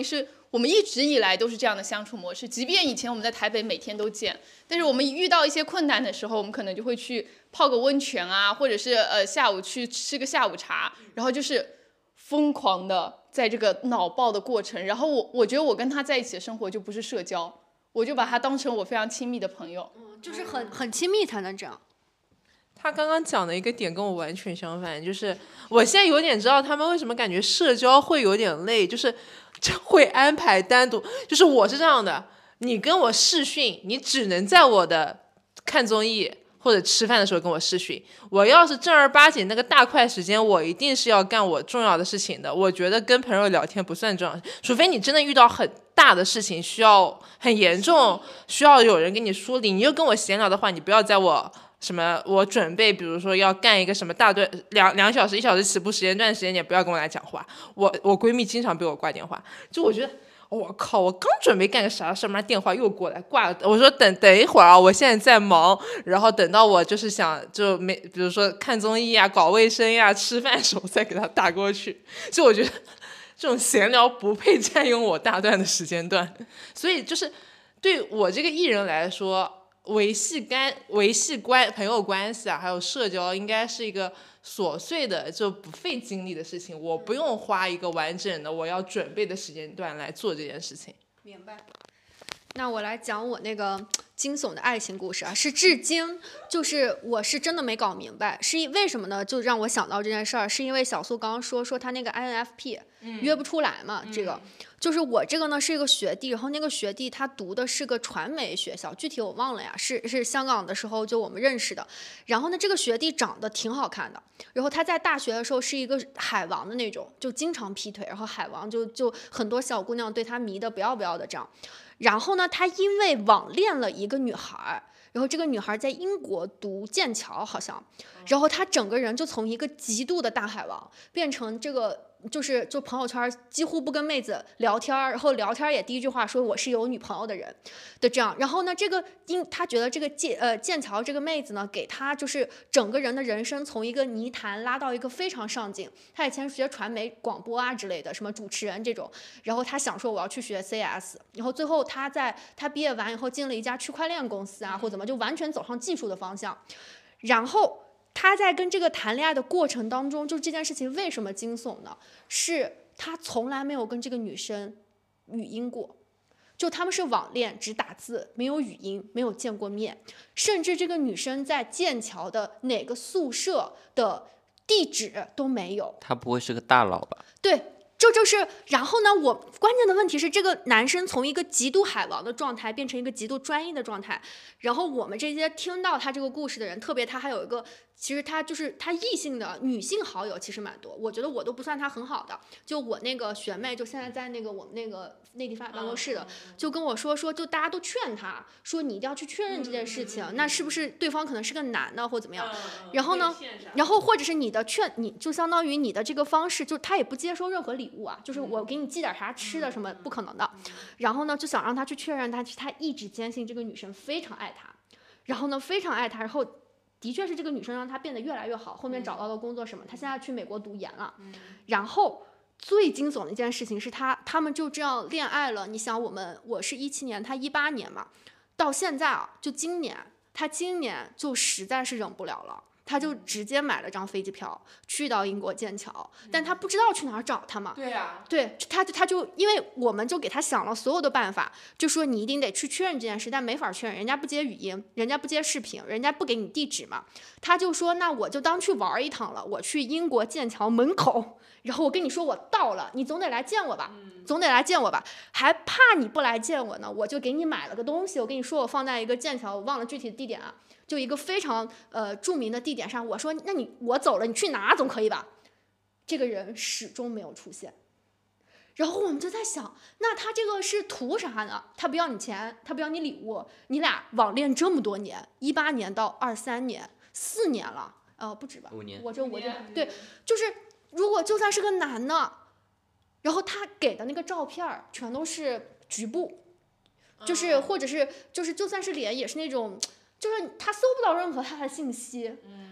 我们一直以来都是这样的相处模式，即便以前我们在台北每天都见，但是我们遇到一些困难的时候，我们可能就会去泡个温泉啊，或者是呃下午去吃个下午茶，然后就是疯狂的在这个脑爆的过程。然后我我觉得我跟他在一起的生活就不是社交，我就把他当成我非常亲密的朋友， 嗯、就是很很亲密才能这样。 他刚刚讲的一个点跟我完全相反，就是我现在有点知道他们为什么感觉社交会有点累，就是会安排单独，就是我是这样的，你跟我视讯，你只能在我的看综艺或者吃饭的时候跟我视讯，我要是正儿八经那个大块时间，我一定是要干我重要的事情的。我觉得跟朋友聊天不算重要，除非你真的遇到很大的事情需要很严重，需要有人给你梳理，你就跟我闲聊的话，你不要在我什么我准备比如说要干一个什么大段两两小时一小时起步时间段时间点，不要跟我来讲话。我我闺蜜经常被我挂电话，就我觉得我靠，我刚准备干个啥事，妈电话又过来挂了。我说等等一会儿啊，我现在在忙。然后等到我就是想就没，比如说看综艺啊、搞卫生呀、吃饭的时候再给他打过去。就我觉得这种闲聊不配占用我大段的时间段，所以就是对我这个艺人来说，维系干维系关朋友关系啊，还有社交，应该是一个琐碎的就不费精力的事情，我不用花一个完整的我要准备的时间段来做这件事情。 明白。那我来讲我那个惊悚的爱情故事啊，是至今就是我是真的没搞明白，是为什么呢？就让我想到这件事儿，是因为小苏刚刚说说他那个 I N F P、嗯、约不出来嘛，这个、嗯、就是我这个呢是一个学弟，然后那个学弟他读的是个传媒学校，具体我忘了呀，是是香港的时候就我们认识的。然后呢，这个学弟长得挺好看的，然后他在大学的时候是一个海王的那种，就经常劈腿，然后海王就就很多小姑娘对他迷的不要不要的这样。然后呢，他因为网恋了一个女孩，然后这个女孩在英国读剑桥好像，然后他整个人就从一个极度的大海王变成这个就是就朋友圈几乎不跟妹子聊天，然后聊天也第一句话说我是有女朋友的人的这样。然后呢，这个因他觉得这个剑呃剑桥这个妹子呢，给他就是整个人的人生从一个泥潭拉到一个非常上进。他以前学传媒广播啊之类的，什么主持人这种，然后他想说我要去学 C S， 然后最后他在他毕业完以后进了一家区块链公司啊，或怎么就完全走上技术的方向。然后他在跟这个谈恋爱的过程当中，就这件事情为什么惊悚呢？是他从来没有跟这个女生语音过，就他们是网恋，只打字，没有语音，没有见过面，甚至这个女生在剑桥的哪个宿舍的地址都没有。 他不会是个大佬吧？ 对。就就是，然后呢？我关键的问题是，这个男生从一个极度海王的状态变成一个极度专一的状态。然后我们这些听到他这个故事的人，特别他还有一个，其实他就是他异性的女性好友其实蛮多。我觉得我都不算他很好的。就我那个学妹，就现在在那个我们那个内地发办公室的，就跟我说说，就大家都劝他说你一定要去确认这件事情，那是不是对方可能是个男的或怎么样？然后呢，然后或者是你的劝，你就相当于你的这个方式，就他也不接收任何礼物啊，就是我给你寄点啥吃的什么，不可能的。然后呢，就想让他去确认他，他一直坚信这个女生非常爱他，然后呢非常爱他，然后的确是这个女生让他变得越来越好，后面找到了工作什么，他现在去美国读研了。然后最惊悚的一件事情是他他们就这样恋爱了。你想我们我是一七年，他一八年嘛，到现在啊，就今年他今年就实在是忍不了了。他就直接买了张飞机票去到英国剑桥，但他不知道去哪儿找他嘛。 对呀、啊， 对他他就因为我们就给他想了所有的办法，就说你一定得去确认这件事，但没法确认，人家不接语音，人家不接视频，人家不给你地址嘛。他就说那我就当去玩一趟了，我去英国剑桥门口，然后我跟你说我到了，你总得来见我吧，总得来见我吧，还怕你不来见我呢，我就给你买了个东西，我跟你说我放在一个剑桥，我忘了具体的地点啊。就一个非常呃著名的地点上，我说那你我走了，你去哪总可以吧？这个人始终没有出现。然后我们就在想，那他这个是图啥呢？他不要你钱，他不要你礼物，你俩网恋这么多年，一八年到二三年，四年了，呃不止吧？ 五年。 我这我这对，就是如果就算是个男的，然后他给的那个照片全都是局部，就是或者是就是就算是脸也是那种。就是他搜不到任何他的信息，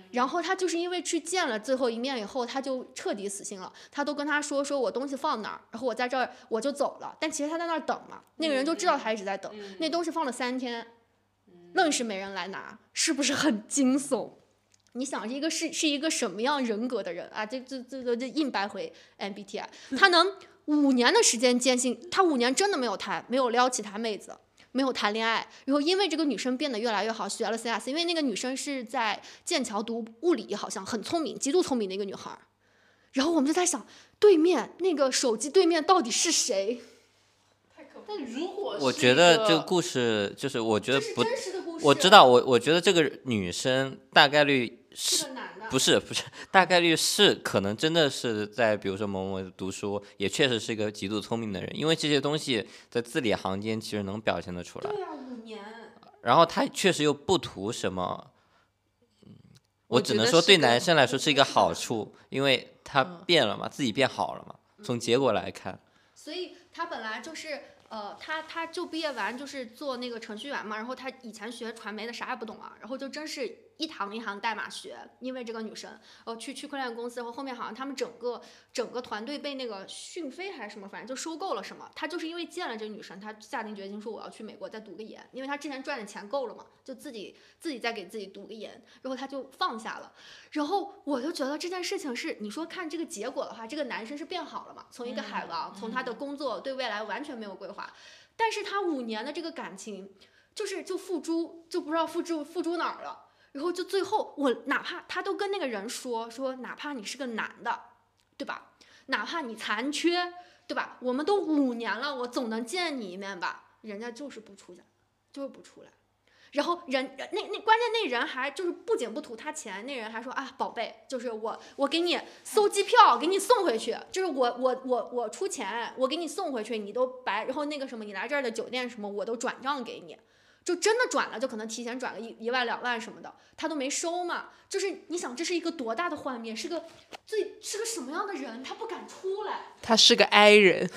然后他就是因为去见了最后一面以后，他就彻底死心了。他都跟他说说我东西放哪儿，然后我在这儿我就走了。但其实他在那儿等嘛，那个人就知道他一直在等。嗯、那东西放了三天，愣是没人来拿，是不是很惊悚？你想一个是是一个什么样人格的人啊？这这这这这硬掰回 M B T I， 他能五年的时间坚信，他五年真的没有谈，没有撩其他妹子。没有谈恋爱，然后因为这个女生变得越来越好，学了 C S， 因为那个女生是在剑桥读物理，好像很聪明，极度聪明的一个女孩。然后我们就在想，对面那个手机对面到底是谁？ 但如果我觉得这个故事就是我觉得不， 真实的故事我知道，我我觉得这个女生大概率是个男的， 不是不是，大概率是可能真的是在比如说某某读书，也确实是一个极度聪明的人，因为这些东西在字里行间其实能表现得出来。 对呀、啊，五年。 然后他确实又不图什么，嗯，我只能说对对男生来说是一个好处，因为他变了嘛，嗯、自己变好了嘛，从结果来看。 所以他本来就是。呃，他他就毕业完就是做那个程序员嘛，然后他以前学传媒的啥也不懂啊，然后就真是一行一行代码学，因为这个女生，呃，去区块链公司，然后后面好像他们整个整个团队被那个讯飞还是什么，反正就收购了什么，他就是因为见了这个女生，他下定决心说我要去美国再读个研，因为他之前赚的钱够了嘛，就自己自己再给自己读个研，然后他就放下了，然后我就觉得这件事情是，你说看这个结果的话，这个男生是变好了嘛，从一个海王，从他的工作对未来完全没有规划。但是他五年的这个感情，就是就付诸就不知道付诸付诸哪儿了，然后就最后我哪怕他都跟那个人说说，哪怕你是个男的，对吧？哪怕你残缺，对吧？我们都五年了，我总能见你一面吧？人家就是不出来，就是不出来。然后人那那关键那人还就是不仅不图他钱，那人还说啊，宝贝，就是我我给你搜机票，给你送回去，就是我我我我出钱，我给你送回去，你都白，然后那个什么，你来这儿的酒店什么我都转账给你，就真的转了，就可能提前转个一一万两万什么的，他都没收嘛。就是你想这是一个多大的幻灭，是个最是个什么样的人，他不敢出来， 他是个 I 人，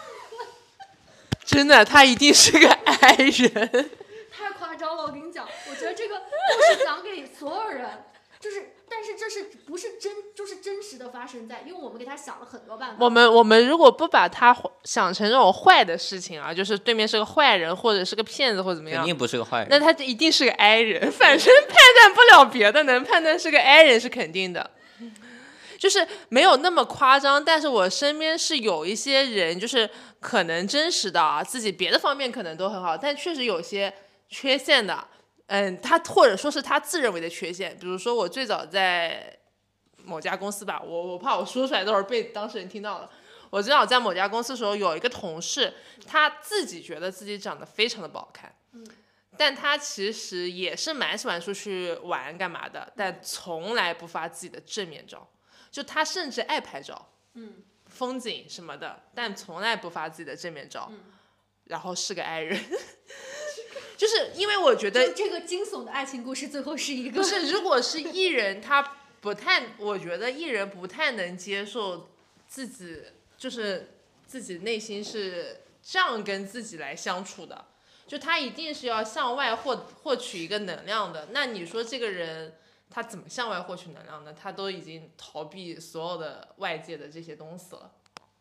真的，他一定是个 I 人。 太夸张了，我跟你讲，我觉得这个故事讲给所有人，就是，但是这是不是真，就是真实的发生在，因为我们给他想了很多办法。 我们我们如果不把他想成这种坏的事情啊，就是对面是个坏人，或者是个骗子，或者怎么样， 肯定不是个坏人。 那他一定是个 I 人，反正判断不了别的，能判断是个 I 人是肯定的。就是没有那么夸张，但是我身边是有一些人，就是可能真实的啊，自己别的方面可能都很好，但确实有些缺陷的，嗯，他或者说是他自认为的缺陷，比如说我最早在某家公司吧，我我怕我说出来到时候被当事人听到了。我最早在某家公司的时候，有一个同事，他自己觉得自己长得非常的不好看，嗯，但他其实也是蛮喜欢出去玩干嘛的，但从来不发自己的正面照，就他甚至爱拍照， 嗯， 风景什么的，但从来不发自己的正面照，嗯，然后是个 I 人。就是因为我觉得这个惊悚的爱情故事最后是一个不是，如果是艺人，他不太，我觉得艺人不太能接受自己，就是自己内心是这样跟自己来相处的，就他一定是要向外获获取一个能量的。那你说这个人他怎么向外获取能量呢？他都已经逃避所有的外界的这些东西了。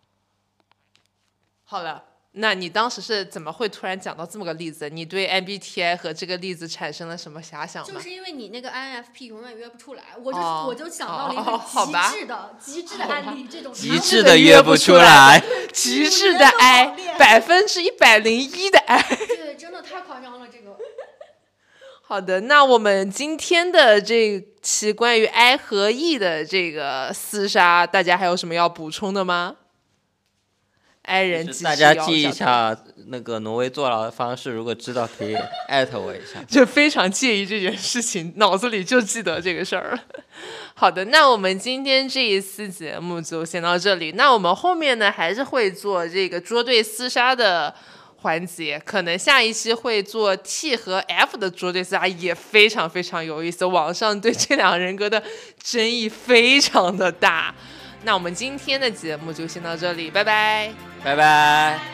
好了。那你当时是怎么会突然讲到这么个例子？你对 M B T I 和这个例子产生了什么遐想吗？ 就是因为你那个 I N F P 永远约不出来，我就、 哦、 我就想到了一个极致的、哦、极致的案例，这种极致的约不出来， 极致的 I， 百分之一百零一的 I， 对，真的太夸张了这个。 好的，那我们今天的这期关于 I 和 E 的这个厮杀，大家还有什么要补充的吗？I 人大家记一下那个挪威坐牢的方式，如果知道可以艾特我一下。 就非常介意这件事情，脑子里就记得这个事儿。好的，那我们今天这一次节目就先到这里。那我们后面呢还是会做这个捉对厮杀的环节，可能下一期会做 T 和 F 的捉对厮杀，也非常非常有意思。网上对这两个人格的争议非常的大。那我们今天的节目就先到这里，拜拜， 拜拜。